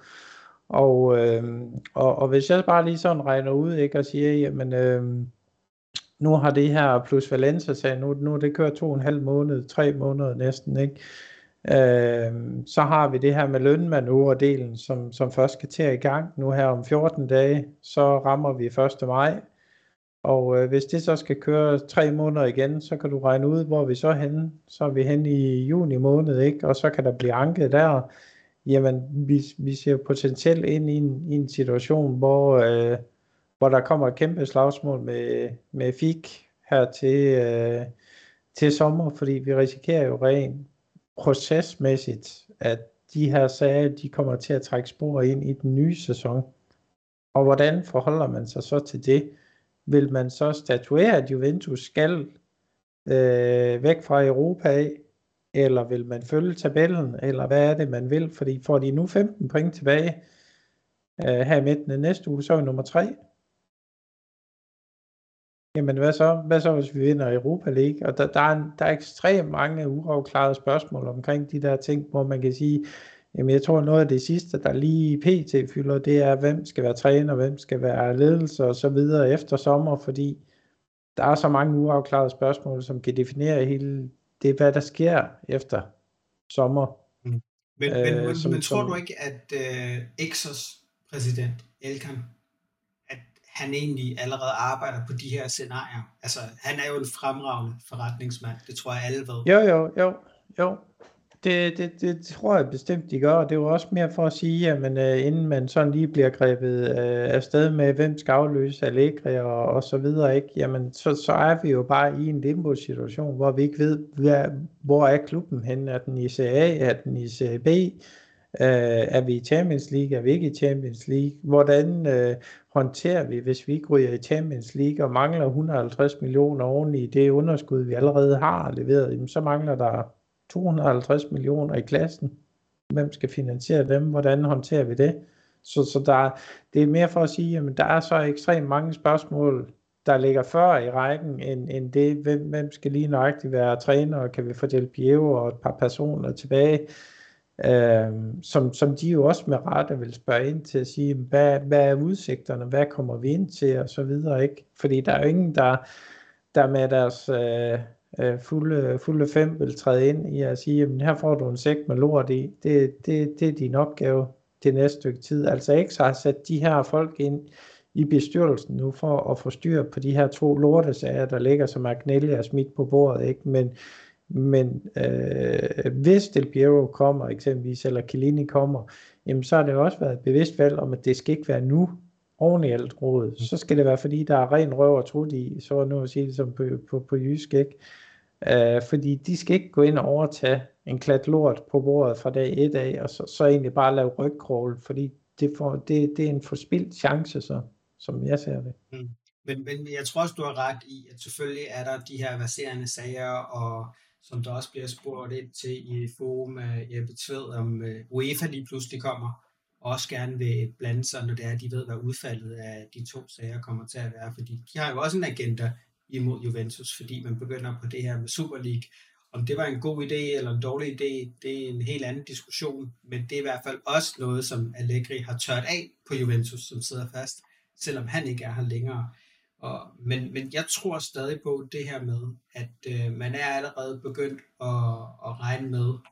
Og hvis jeg bare lige sådan regner ud, ikke, og siger, jamen nu har det her plus Valencia-sag, nu det kører 2,5 måneder, 3 måneder næsten, ikke? Så har vi det her med lønmanøvredelen, som først skal til i gang nu her om 14 dage, så rammer vi 1. maj, og hvis det så skal køre 3 måneder igen, så kan du regne ud, hvor vi så er henne. Så er vi henne i juni måned, ikke? Og så kan der blive anket der. Jamen, vi ser potentielt ind i en situation, hvor der kommer et kæmpe slagsmål med FIK her til sommer, fordi vi risikerer jo rent procesmæssigt, at de her sager, de kommer til at trække spor ind i den nye sæson. Og hvordan forholder man sig så til det? Vil man så statuere, at Juventus skal væk fra Europa af, eller vil man følge tabellen, eller hvad er det, man vil? Fordi får de nu 15 point tilbage her i midten af næste uge, så er vi nummer 3. Jamen hvad så hvis vi vinder Europa League? Og der er ekstremt mange uafklarede spørgsmål omkring de der ting, hvor man kan sige, jamen jeg tror noget af det sidste, der lige pt. Fylder, det er, hvem skal være træner, hvem skal være ledelse og så videre efter sommer, fordi der er så mange uafklarede spørgsmål, som kan definere hele det, hvad der sker efter sommer. Men tror du ikke, at Exos præsident, Elkan, at han egentlig allerede arbejder på de her scenarier? Altså, han er jo en fremragende forretningsmand, det tror jeg alle ved. Jo. Det tror jeg bestemt, de gør, og det er jo også mere for at sige, at inden man sådan lige bliver grebet afsted med, hvem skal afløse Allegri og så videre, ikke? Jamen, så er vi jo bare i en limbo-situation, hvor vi ikke ved, hvor er klubben henne? Er den i Serie A? Er den i Serie B? Er vi i Champions League? Er vi ikke i Champions League? Hvordan håndterer vi, hvis vi ikke ryger i Champions League og mangler 150 millioner oven i det underskud, vi allerede har leveret? Jamen, så mangler der 250 millioner i klassen. Hvem skal finansiere dem? Hvordan håndterer vi det? Så det er mere for at sige, at der er så ekstremt mange spørgsmål, der ligger før i rækken, end det, hvem skal lige nøjagtigt være træner, og kan vi få Del Piero og et par personer tilbage, som de jo også med rette vil spørge ind til at sige, hvad er udsigterne, hvad kommer vi ind til, og så videre, ikke? Fordi der er jo ingen, der med deres fulde 5 vil træde ind i at sige, jamen her får du en sæk med lort i. Det er din opgave det næste stykke tid. Altså X har sat de her folk ind i bestyrelsen nu for at få styr på de her 2 lortesager, der ligger som Agnelli er smidt på bordet, ikke? Men hvis Del Piero kommer eksempelvis, eller Chiellini kommer, jamen så har det også været et bevidst valg om, at det skal ikke være nu oven i alt rådet. Så skal det være, fordi der er ren røv og trut i, så nu at sige det som på jysk, ikke? Fordi de skal ikke gå ind og overtage en klat lort på bordet fra dag 1 af, og så egentlig bare lave rygkrål, fordi det er en forspildt chance, så, som jeg ser det. Men jeg tror også, du har ret i, at selvfølgelig er der de her verserende sager, og som der også bliver spurgt ind til i forum af Jeppe Tved, om UEFA lige pludselig kommer, og også gerne vil blande sig, når det er, de ved, hvad udfaldet af de 2 sager kommer til at være, fordi de har jo også en agenda imod Juventus, fordi man begynder på det her med Super League. Om det var en god idé eller en dårlig idé, det er en helt anden diskussion, men det er i hvert fald også noget, som Allegri har tørt af på Juventus, som sidder fast, selvom han ikke er her længere. Men jeg tror stadig på det her med, at man er allerede begyndt at regne med, at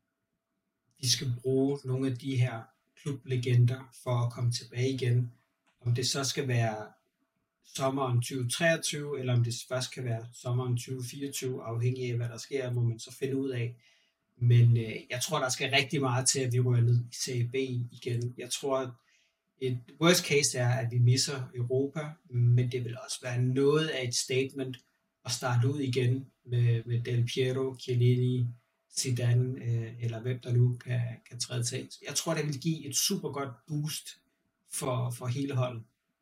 vi skal bruge nogle af de her klublegender for at komme tilbage igen. Om det så skal være sommeren 2023, eller om det først kan være sommeren 2024, afhængig af hvad der sker, må man så finde ud af. Men jeg tror, der skal rigtig meget til, at vi rører ned i Serie B igen. Jeg tror, at et worst case er, at vi misser Europa, men det vil også være noget af et statement at starte ud igen med Del Piero, Chiellini, Zidane, eller hvem der nu kan træde til. Jeg tror, det vil give et super godt boost for hele holdet.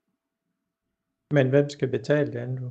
Men hvem skal betale det, Andrew?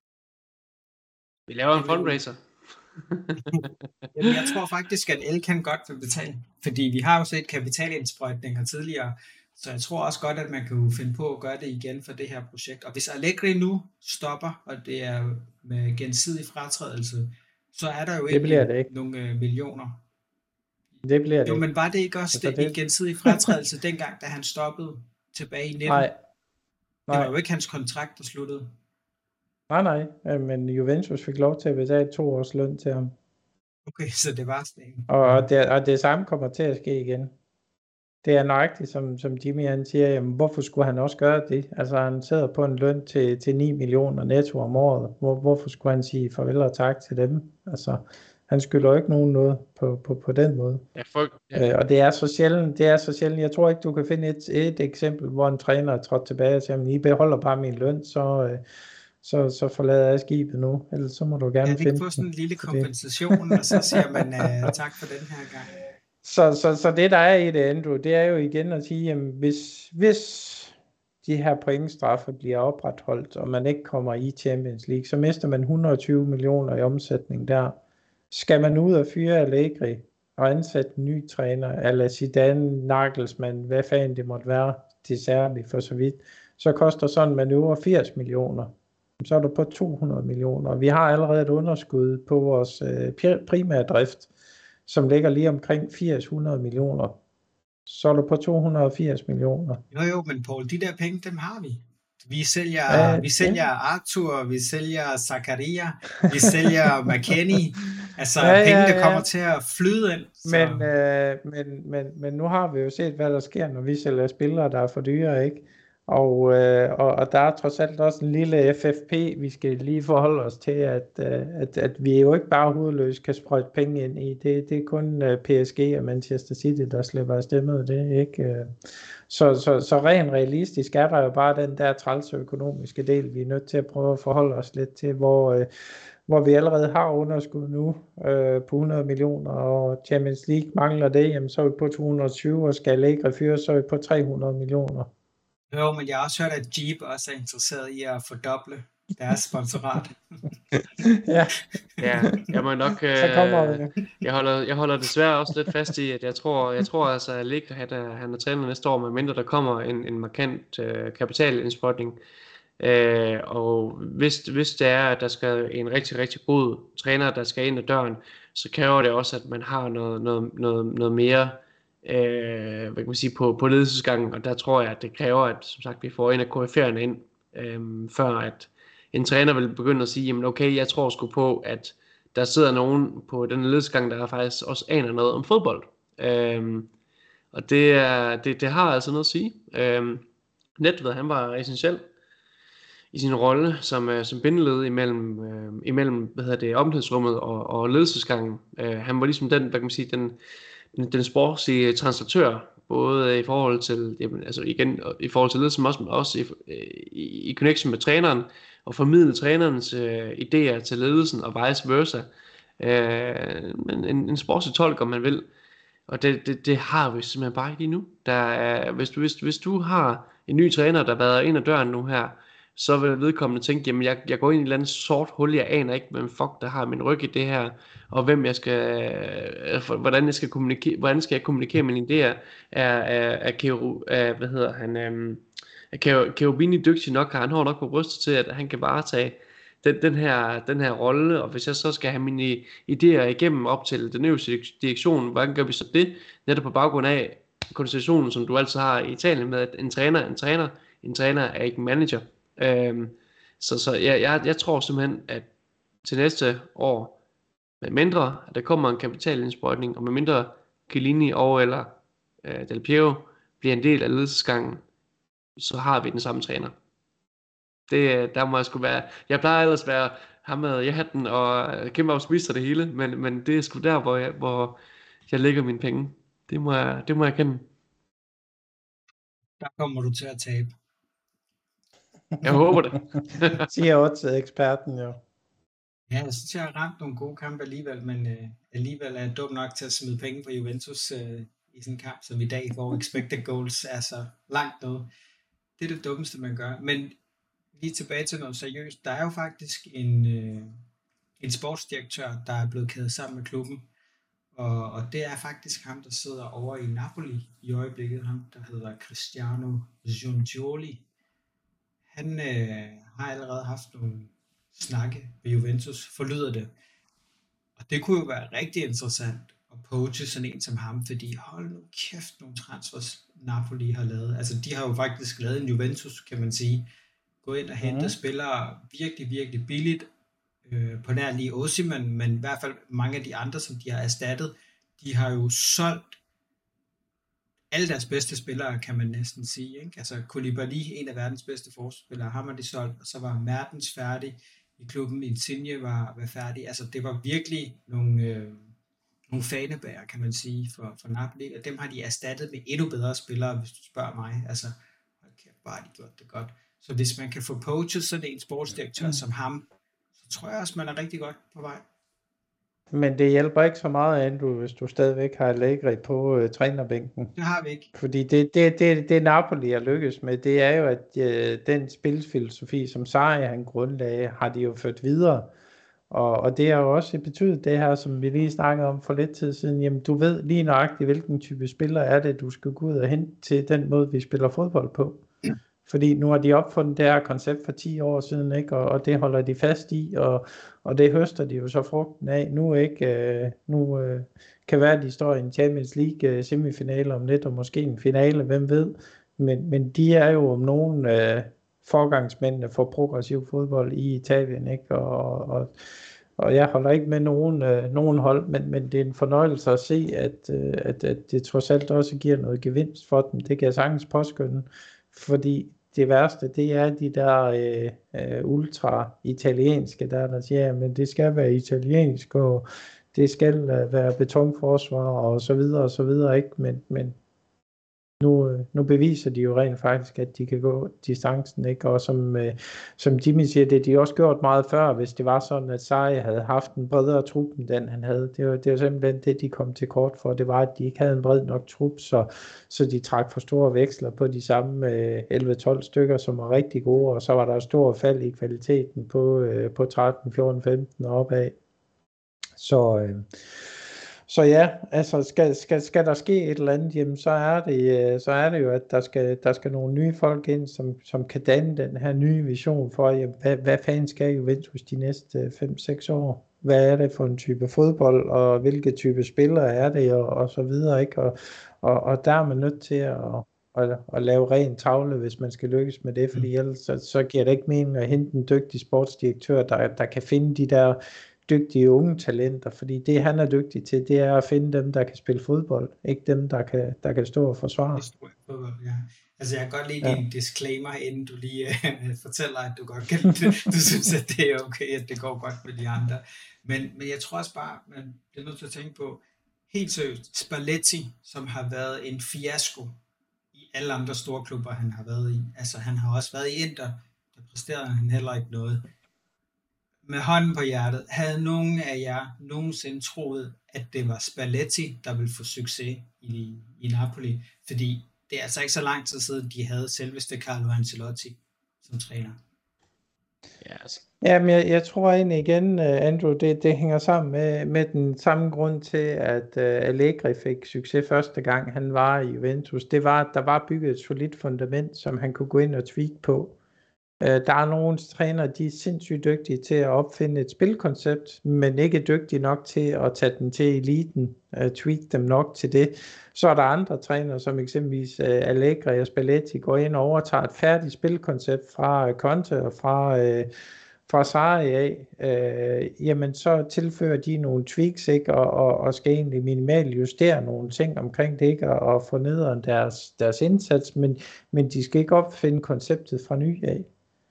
Vi laver en fundraiser. Jamen, jeg tror faktisk, at Elkan godt vil betale, fordi vi har jo set kapitalindsprøjtninger tidligere, så jeg tror også godt, at man kan finde på at gøre det igen for det her projekt. Og hvis Allegri nu stopper, og det er med gensidig fratrædelse, så er der jo ikke nogle millioner. Det bliver det. Jo, men var det ikke også en gensidig fratrædelse dengang, da han stoppede tilbage i 19? Nej. Det var jo ikke hans kontrakt, der sluttede. Nej, men Juventus fik lov til at betale 2 års løn til ham. Okay, så det var sådan. Og det samme kommer til at ske igen. Det er nøjagtigt, som Jimmy han siger, jamen, hvorfor skulle han også gøre det? Altså han sidder på en løn til 9 millioner netto om året. Hvorfor skulle han sige farvel og tak til dem? Altså han skylder jo ikke nogen noget på den måde. Ja. Og det er så sjældent. Jeg tror ikke, du kan finde et eksempel, hvor en træner er trådt tilbage og siger, I beholder bare min løn, så forlader jeg skibet nu. Ellers så må du gerne finde. Ja, det få sådan en lille kompensation, og så siger man tak for den her gang. Så det der er i det, Andrew, det er jo igen at sige, jamen, hvis de her pointstraffe bliver opretholdt, og man ikke kommer i Champions League, så mister man 120 millioner i omsætning der. Skal man ud og fyre Allegri og ansætte en ny træner, eller Zidane, Nagelsmann, hvad fanden det måtte være, til Serbi for så vidt, så koster sådan en manøvre 80 millioner. Så er du på 200 millioner. Vi har allerede et underskud på vores primære drift, som ligger lige omkring 80-100 millioner. Så er du på 280 millioner. Jo, men Paul, de der penge, dem har vi. Vi sælger Arthur, vi sælger Zakaria, vi sælger McKennie. Altså, Ja, pengene kommer ja. til at flyde ind, så Men nu har vi jo set, hvad der sker, når vi sælger spillere, der er for dyre, ikke? Og der er trods alt også en lille FFP, vi skal lige forholde os til, at vi jo ikke bare hovedløst kan sprøjte penge ind i. Det er kun PSG og Manchester City, der slipper afsted med det, ikke? Så rent realistisk er der jo bare den der trælse økonomiske del, vi er nødt til at prøve at forholde os lidt til, hvor vi allerede har underskud nu på 100 millioner, og Champions League mangler det, jamen så er vi på 220, og skal Allegri fyre, så er vi på 300 millioner. jo, men jeg har også hørt, at Jeep også er interesseret i at fordoble deres sponsorat. Ja, Ja, jeg må nok, så kommer vi. jeg holder desværre også lidt fast i, at jeg tror altså, at Allegri han er træner næste år, medmindre der kommer en markant kapitalindsprøjtning. Og hvis det er, at der skal en rigtig, rigtig god træner, der skal ind ad døren, så kræver det også, at man har noget mere hvad kan man sige, på ledelsesgangen, og der tror jeg, at det kræver, at som sagt, vi får en af KF'erne ind, før at en træner vil begynde at sige, jamen okay, jeg tror sgu på, at der sidder nogen på den ledelsesgang, der faktisk også aner noget om fodbold. Og det har altså noget at sige. Nedved, han var essentiel i sin rolle som bindeled imellem omklædningsrummet og ledelsesgangen. Han var ligesom den, hvad kan man sige, den sportslige translatør, både i forhold til, altså igen, i forhold til ledelsen, men også i connection med træneren, og formidle trænerens idéer til ledelsen, og vice versa. En sportslig tolk, om man vil. Og det har vi simpelthen bare ikke lige nu. Hvis du har en ny træner, der har været ind ad døren nu her, så vil vedkommende tænke, jamen jeg går ind i et eller andet sort hul, jeg aner ikke, hvem fuck der har min ryg i det her, og hvordan skal jeg kommunikere mine idéer. Er Cherubini dygtig nok, har han hår nok på brystet til, at han kan varetage den her rolle, og hvis jeg så skal have mine idéer igennem op til den øverste direktion, hvordan gør vi så det? Netop på baggrund af konstellationen, som du altid har i Italien med, at en træner er ikke en manager. Så jeg tror simpelthen, at til næste år, med mindre at der kommer en kapitalindsprøjtning, og med mindre Chiellini og eller Del Piero bliver en del af ledelsesgangen, så har vi den samme træner. Der må jeg sgu være. Jeg plejer ellers at være ham med ja-hatten og kæmpe optimist og det hele, men det er sgu der, hvor jeg lægger mine penge. Det må jeg kende. Der kommer du til at tabe. Jeg håber det. Siger også eksperten jo. Ja, jeg synes, jeg har ramt nogle gode kampe alligevel, men alligevel er jeg dum nok til at smide penge på Juventus i sådan en kamp som i dag, hvor expected goals er så langt noget. Det er det dummeste, man gør. Men lige tilbage til noget seriøst. Der er jo faktisk en sportsdirektør, der er blevet kædet sammen med klubben, og det er faktisk ham, der sidder over i Napoli i øjeblikket, ham der hedder Cristiano Giungioli. Han har allerede haft nogle snakke ved Juventus, forlyder det. Og det kunne jo være rigtig interessant at poache sådan en som ham, fordi hold nu kæft nogle transfers Napoli har lavet. Altså de har jo faktisk lavet en Juventus, kan man sige. Gå ind og hente spillere virkelig, virkelig billigt. På nær lige Osimhen, men i hvert fald mange af de andre, som de har erstattet, de har jo solgt alle deres bedste spillere, kan man næsten sige. Ikke? Altså Koulibaly, en af verdens bedste forsvarsspillere, ham har de solgt, og så var Mertens færdig i klubben, Insigne var færdig. Altså det var virkelig nogle fanebærer, kan man sige, for Napoli, og dem har de erstattet med endnu bedre spillere, hvis du spørger mig. Altså, okay, bare de gjort det godt. Så hvis man kan få poachet sådan en sportsdirektør som ham, så tror jeg også, man er rigtig godt på vej. Men det hjælper ikke så meget, Andrew, hvis du stadigvæk har Allegri på trænerbænken. Det har vi ikke. Fordi det Napoli har lykkes med, det er jo, at den spilfilosofi, som Sarri han grundlagde, har de jo ført videre. Og det har jo også betydet det her, som vi lige snakkede om for lidt tid siden. Jamen, du ved lige nøjagtigt, hvilken type spiller er det, du skal gå ud og hente til den måde, vi spiller fodbold på. Fordi nu har de opfundet det her koncept for 10 år siden, ikke? Og det holder de fast i, og det høster de jo så frugten af. Nu kan være, at de står i en Champions League semifinale om lidt, og måske en finale, hvem ved. Men de er jo om nogen forgangsmændene for progressiv fodbold i Italien, ikke? og jeg holder ikke med nogen hold, men det er en fornøjelse at se, at det trods alt også giver noget gevinst for dem. Det kan jeg sagtens påskynde, fordi det værste, det er de der ultra-italienske, der siger, men det skal være italiensk, og det skal være betonforsvar, og så videre, ikke? Men nu beviser de jo rent faktisk, at de kan gå distancen, ikke? Og som Jimmy siger, det de også gjort meget før, hvis det var sådan, at Sarri havde haft en bredere trup, end den han havde. Det var simpelthen det, de kom til kort for. Det var, at de ikke havde en bred nok trup, så de trak for store veksler på de samme 11-12 stykker, som var rigtig gode, og så var der stor fald i kvaliteten på 13, 14, 15 og opad. Så ja, altså skal der ske et eller andet, jamen så er det jo, at der skal nogle nye folk ind, som kan danne den her nye vision for, jamen, hvad fanden skal Juventus de næste 5-6 år? Hvad er det for en type fodbold, og hvilke type spillere er det, og så videre, ikke? Og der er man nødt til at lave ren tavle, hvis man skal lykkes med det, fordi ellers så giver det ikke mening at hente en dygtig sportsdirektør, der kan finde de der dygtige unge talenter, fordi det han er dygtig til, det er at finde dem, der kan spille fodbold, ikke dem, der kan stå og forsvare. Ja. Altså jeg kan godt lide din disclaimer, inden du lige fortæller, at du godt kan du synes, at det er okay, at det går godt med de andre. Men jeg tror også bare, man bliver nødt til at tænke på, helt seriøst, Spalletti, som har været en fiasko i alle andre store klubber, han har været i. Altså han har også været i Inter, der præsterede han heller ikke noget. Med hånden på hjertet, havde nogen af jer nogensinde troet, at det var Spalletti, der ville få succes i Napoli? Fordi det er altså ikke så lang tid siden, de havde selveste Carlo Ancelotti som træner. Yes. Jamen, jeg tror egentlig igen, Andrew, det hænger sammen med den samme grund til, at Allegri fik succes første gang, han var i Juventus. Det var, at der var bygget et solidt fundament, som han kunne gå ind og tweak på. Der er nogle trænere, de er sindssygt dygtige til at opfinde et spilkoncept, men ikke dygtige nok til at tage den til eliten, tweak dem nok til det. Så er der andre trænere, som eksempelvis Allegri og Spalletti, går ind og overtager et færdigt spilkoncept fra Conte og fra Sarri af. Jamen så tilfører de nogle tweaks, ikke, og skal egentlig minimalt justere nogle ting omkring det, ikke, og få nederen deres indsats, men de skal ikke opfinde konceptet fra ny af.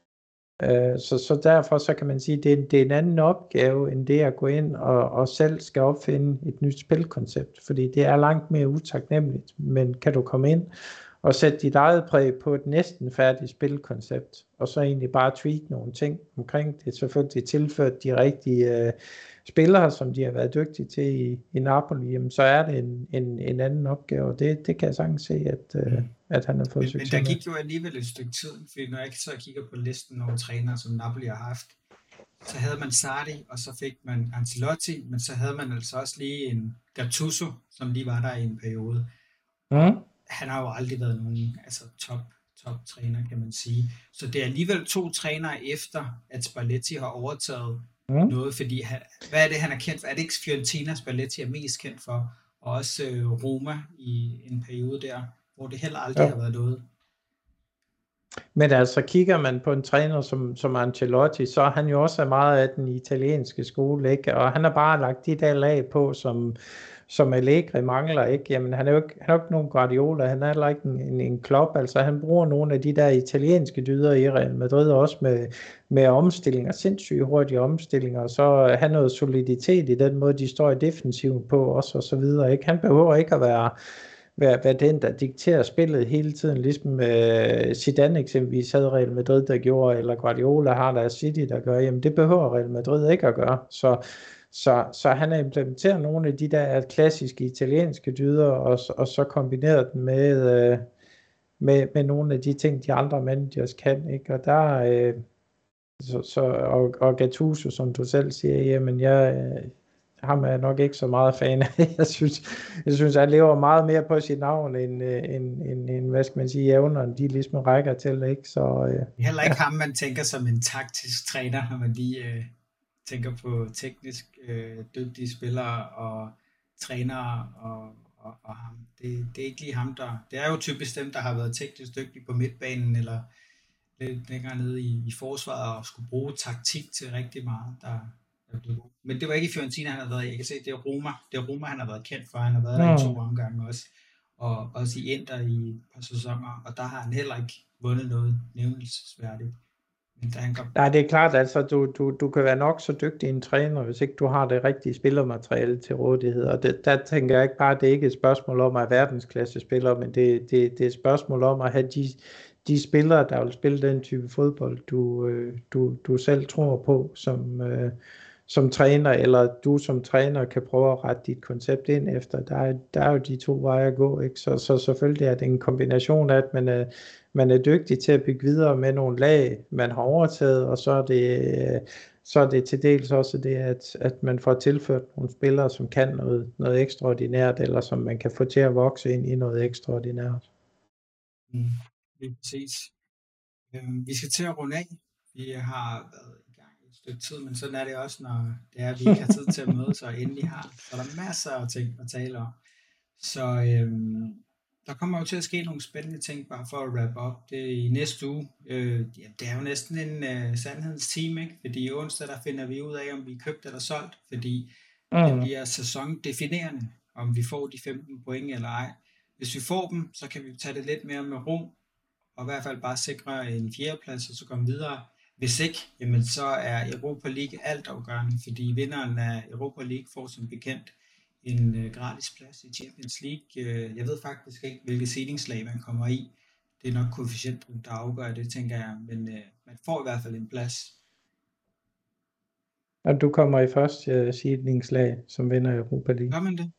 Så derfor så kan man sige, at det er en anden opgave, end det at gå ind og selv skal opfinde et nyt spilkoncept, fordi det er langt mere utaknemmeligt, men kan du komme ind og sætte dit eget præg på et næsten færdigt spilkoncept, og så egentlig bare tweak nogle ting omkring det, selvfølgelig tilført de rigtige spillere, som de har været dygtige til i Napoli, jamen, så er det en anden opgave, og det kan jeg sagtens se, at han har fået succes med. Men der gik jo alligevel et stykke tid, fordi når jeg så kigger på listen over trænere, som Napoli har haft, så havde man Sarri, og så fik man Ancelotti, men så havde man altså også lige en Gattuso, som lige var der i en periode. Han har jo aldrig været nogen top træner, kan man sige. Så det er alligevel 2 trænere efter, at Spalletti har overtaget noget, fordi hvad er det, han er kendt for? Er det ikke Fiorentina, Spalletti er mest kendt for? Og også Roma i en periode der, hvor det heller aldrig har været noget. Men altså kigger man på en træner som Ancelotti, så er han jo også meget af den italienske skole, ikke? Og han har bare lagt de der lag på, som Allegri mangler, ikke? Jamen han er jo ikke nogen Guardiola, han er heller ikke en Klopp, altså han bruger nogle af de der italienske dyder i Real Madrid, også med omstillinger, sindssygt hurtige omstillinger, og så have noget soliditet i den måde, de står i defensiven på også, og så videre, ikke? Han behøver ikke at være den, der dikterer spillet hele tiden, ligesom Zidane eksempelvis havde Real Madrid, der gjorde, eller Guardiola har der City, der gør, jamen det behøver Real Madrid ikke at gøre, så han har implementeret nogle af de der klassiske italienske dyder, og så kombineret dem med nogle af de ting, de andre managers kan, ikke? Og der og Gattuso, som du selv siger, jamen ham er nok ikke så meget fan af. Jeg synes, han lever meget mere på sit navn, end hvad skal man sige, evnerne, de ligesom rækker til, ikke? Så, heller ikke ham, man tænker som en taktisk træner, når man lige tænker på teknisk dygtige spillere og trænere og ham. Det er ikke lige ham, der... Det er jo typisk dem, der har været teknisk dygtige på midtbanen, eller lidt længere nede i forsvaret, og skulle bruge taktik til rigtig meget, der blev god. Men det var ikke i Fiorentina, han har været i. Jeg kan se, det er Roma. Det er Roma, han har været kendt for. Han har været der i 2 omgange også. Og også i Inter i et par sæsoner. Og der har han heller ikke vundet noget nævnelsesværdigt. Men da han kom... Nej, det er klart, altså du kan være nok så dygtig en træner, hvis ikke du har det rigtige spillermateriale til rådighed. Og der tænker jeg ikke bare, at det ikke er et spørgsmål om at være verdensklasse spiller, men det er et spørgsmål om at have de spillere, der vil spille den type fodbold, du selv tror på som træner, eller du som træner kan prøve at rette dit koncept ind efter. Der er jo de 2 veje at gå, ikke? Så selvfølgelig er det en kombination af, at man er dygtig til at bygge videre med nogle lag, man har overtaget, og så er det til dels også det, at man får tilført nogle spillere, som kan noget ekstraordinært, eller som man kan få til at vokse ind i noget ekstraordinært. Lige præcis. Vi skal til at runde af. Vi har været i gang et stykke tid, men sådan er det også, når det er, vi ikke har tid til at mødes, og endelig har. Så der er masser af ting at tale om. Så der kommer jo til at ske nogle spændende ting, bare for at wrap op. Det er i næste uge. Det er jo næsten en sandhedens time, ikke? Fordi onsdag, der finder vi ud af, om vi er købt eller solgt, fordi det bliver sæsondefinerende, om vi får de 15 point eller ej. Hvis vi får dem, så kan vi tage det lidt mere med ro, og i hvert fald bare sikre en 4. plads, og så komme videre. Hvis ikke, jamen så er Europa League altafgørende, fordi vinderen af Europa League får som bekendt en gratis plads i Champions League. Jeg ved faktisk ikke, hvilke seedingslag man kommer i. Det er nok koefficienten, der afgør det, tænker jeg. Men man får i hvert fald en plads. Og du kommer i første seedingslag, som vinder Europa League. Gør man det?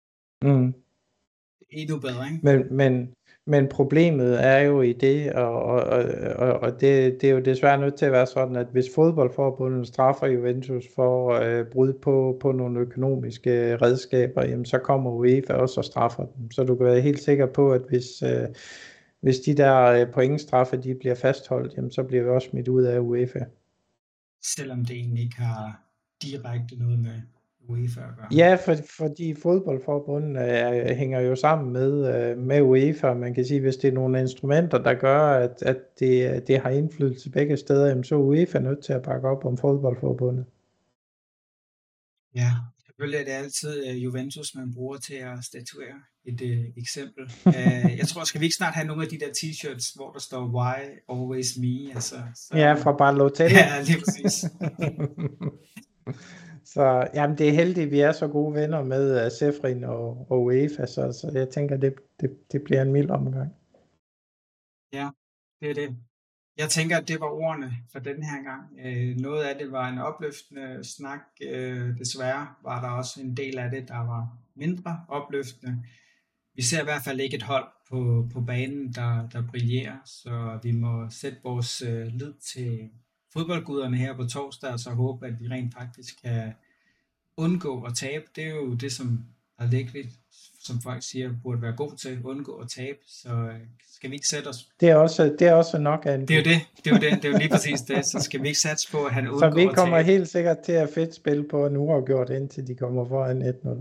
Endnu bedre, ikke? Men problemet er jo i det, og det er jo desværre nødt til at være sådan, at hvis fodboldforbundet straffer Juventus for brud på nogle økonomiske redskaber, jamen så kommer UEFA også og straffer dem. Så du kan være helt sikker på, at hvis de der pointstraffe, de bliver fastholdt, jamen så bliver vi også smidt ud af UEFA. Selvom det egentlig ikke har direkte noget med UEFA at gøre. Ja, fordi fodboldforbundet hænger jo sammen med UEFA. Man kan sige, hvis det er nogle instrumenter, der gør, at det har indflydelse begge steder, jamen, så er UEFA nødt til at bakke op om fodboldforbundet. Ja, selvfølgelig er det altid Juventus, man bruger til at statuere et eksempel. Jeg tror, skal vi ikke snart have nogle af de der t-shirts, hvor der står Why Always Me? Altså, så... Ja, fra Balotelli. Ja, lige præcis. Så jamen, det er heldigt, vi er så gode venner med Ceferin og UEFA, så jeg tænker, det bliver en mild omgang. Ja, det er det. Jeg tænker, at det var ordene for den her gang. Noget af det var en opløftende snak. Desværre var der også en del af det, der var mindre opløftende. Vi ser i hvert fald ikke et hold på banen, der brillerer, så vi må sætte vores lid til fodboldguderne her på torsdag, og så håbe, at vi rent faktisk kan undgå at tabe. Det er jo det, som er vigtigt, som folk siger, burde være god til at undgå at tabe. Så skal vi ikke sætte os... Det er også nok af en... Det er jo lige præcis det. Så skal vi ikke satse på, at han undgår at tabe. Så vi kommer helt sikkert til at fedt spille på en uafgjort, indtil de kommer foran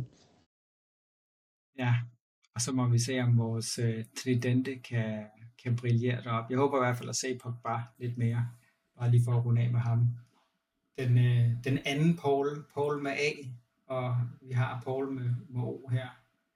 1-0. Ja, og så må vi se, om vores tridente kan brillere derop. Jeg håber i hvert fald at se Pogba lidt mere. Bare lige for at runde af med ham. Den anden Paul med A, og vi har Paul med O her.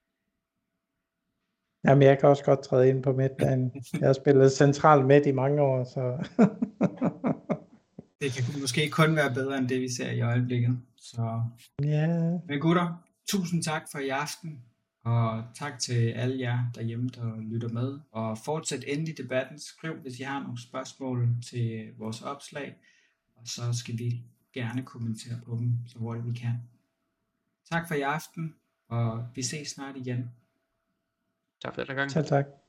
Jamen, jeg kan også godt træde ind på midtbanen. Jeg har spillet central midt i mange år, så... Det kan måske kun være bedre end det, vi ser i øjeblikket. Så... Yeah. Men gutter, tusind tak for i aften, og tak til alle jer derhjemme, der lytter med. Og fortsæt endelig debatten. Skriv, hvis I har nogle spørgsmål til vores opslag, og så skal vi gerne kommentere på dem, så hurtigt vi kan. Tak for i aften, og vi ses snart igen. Tak for den gang. Tak.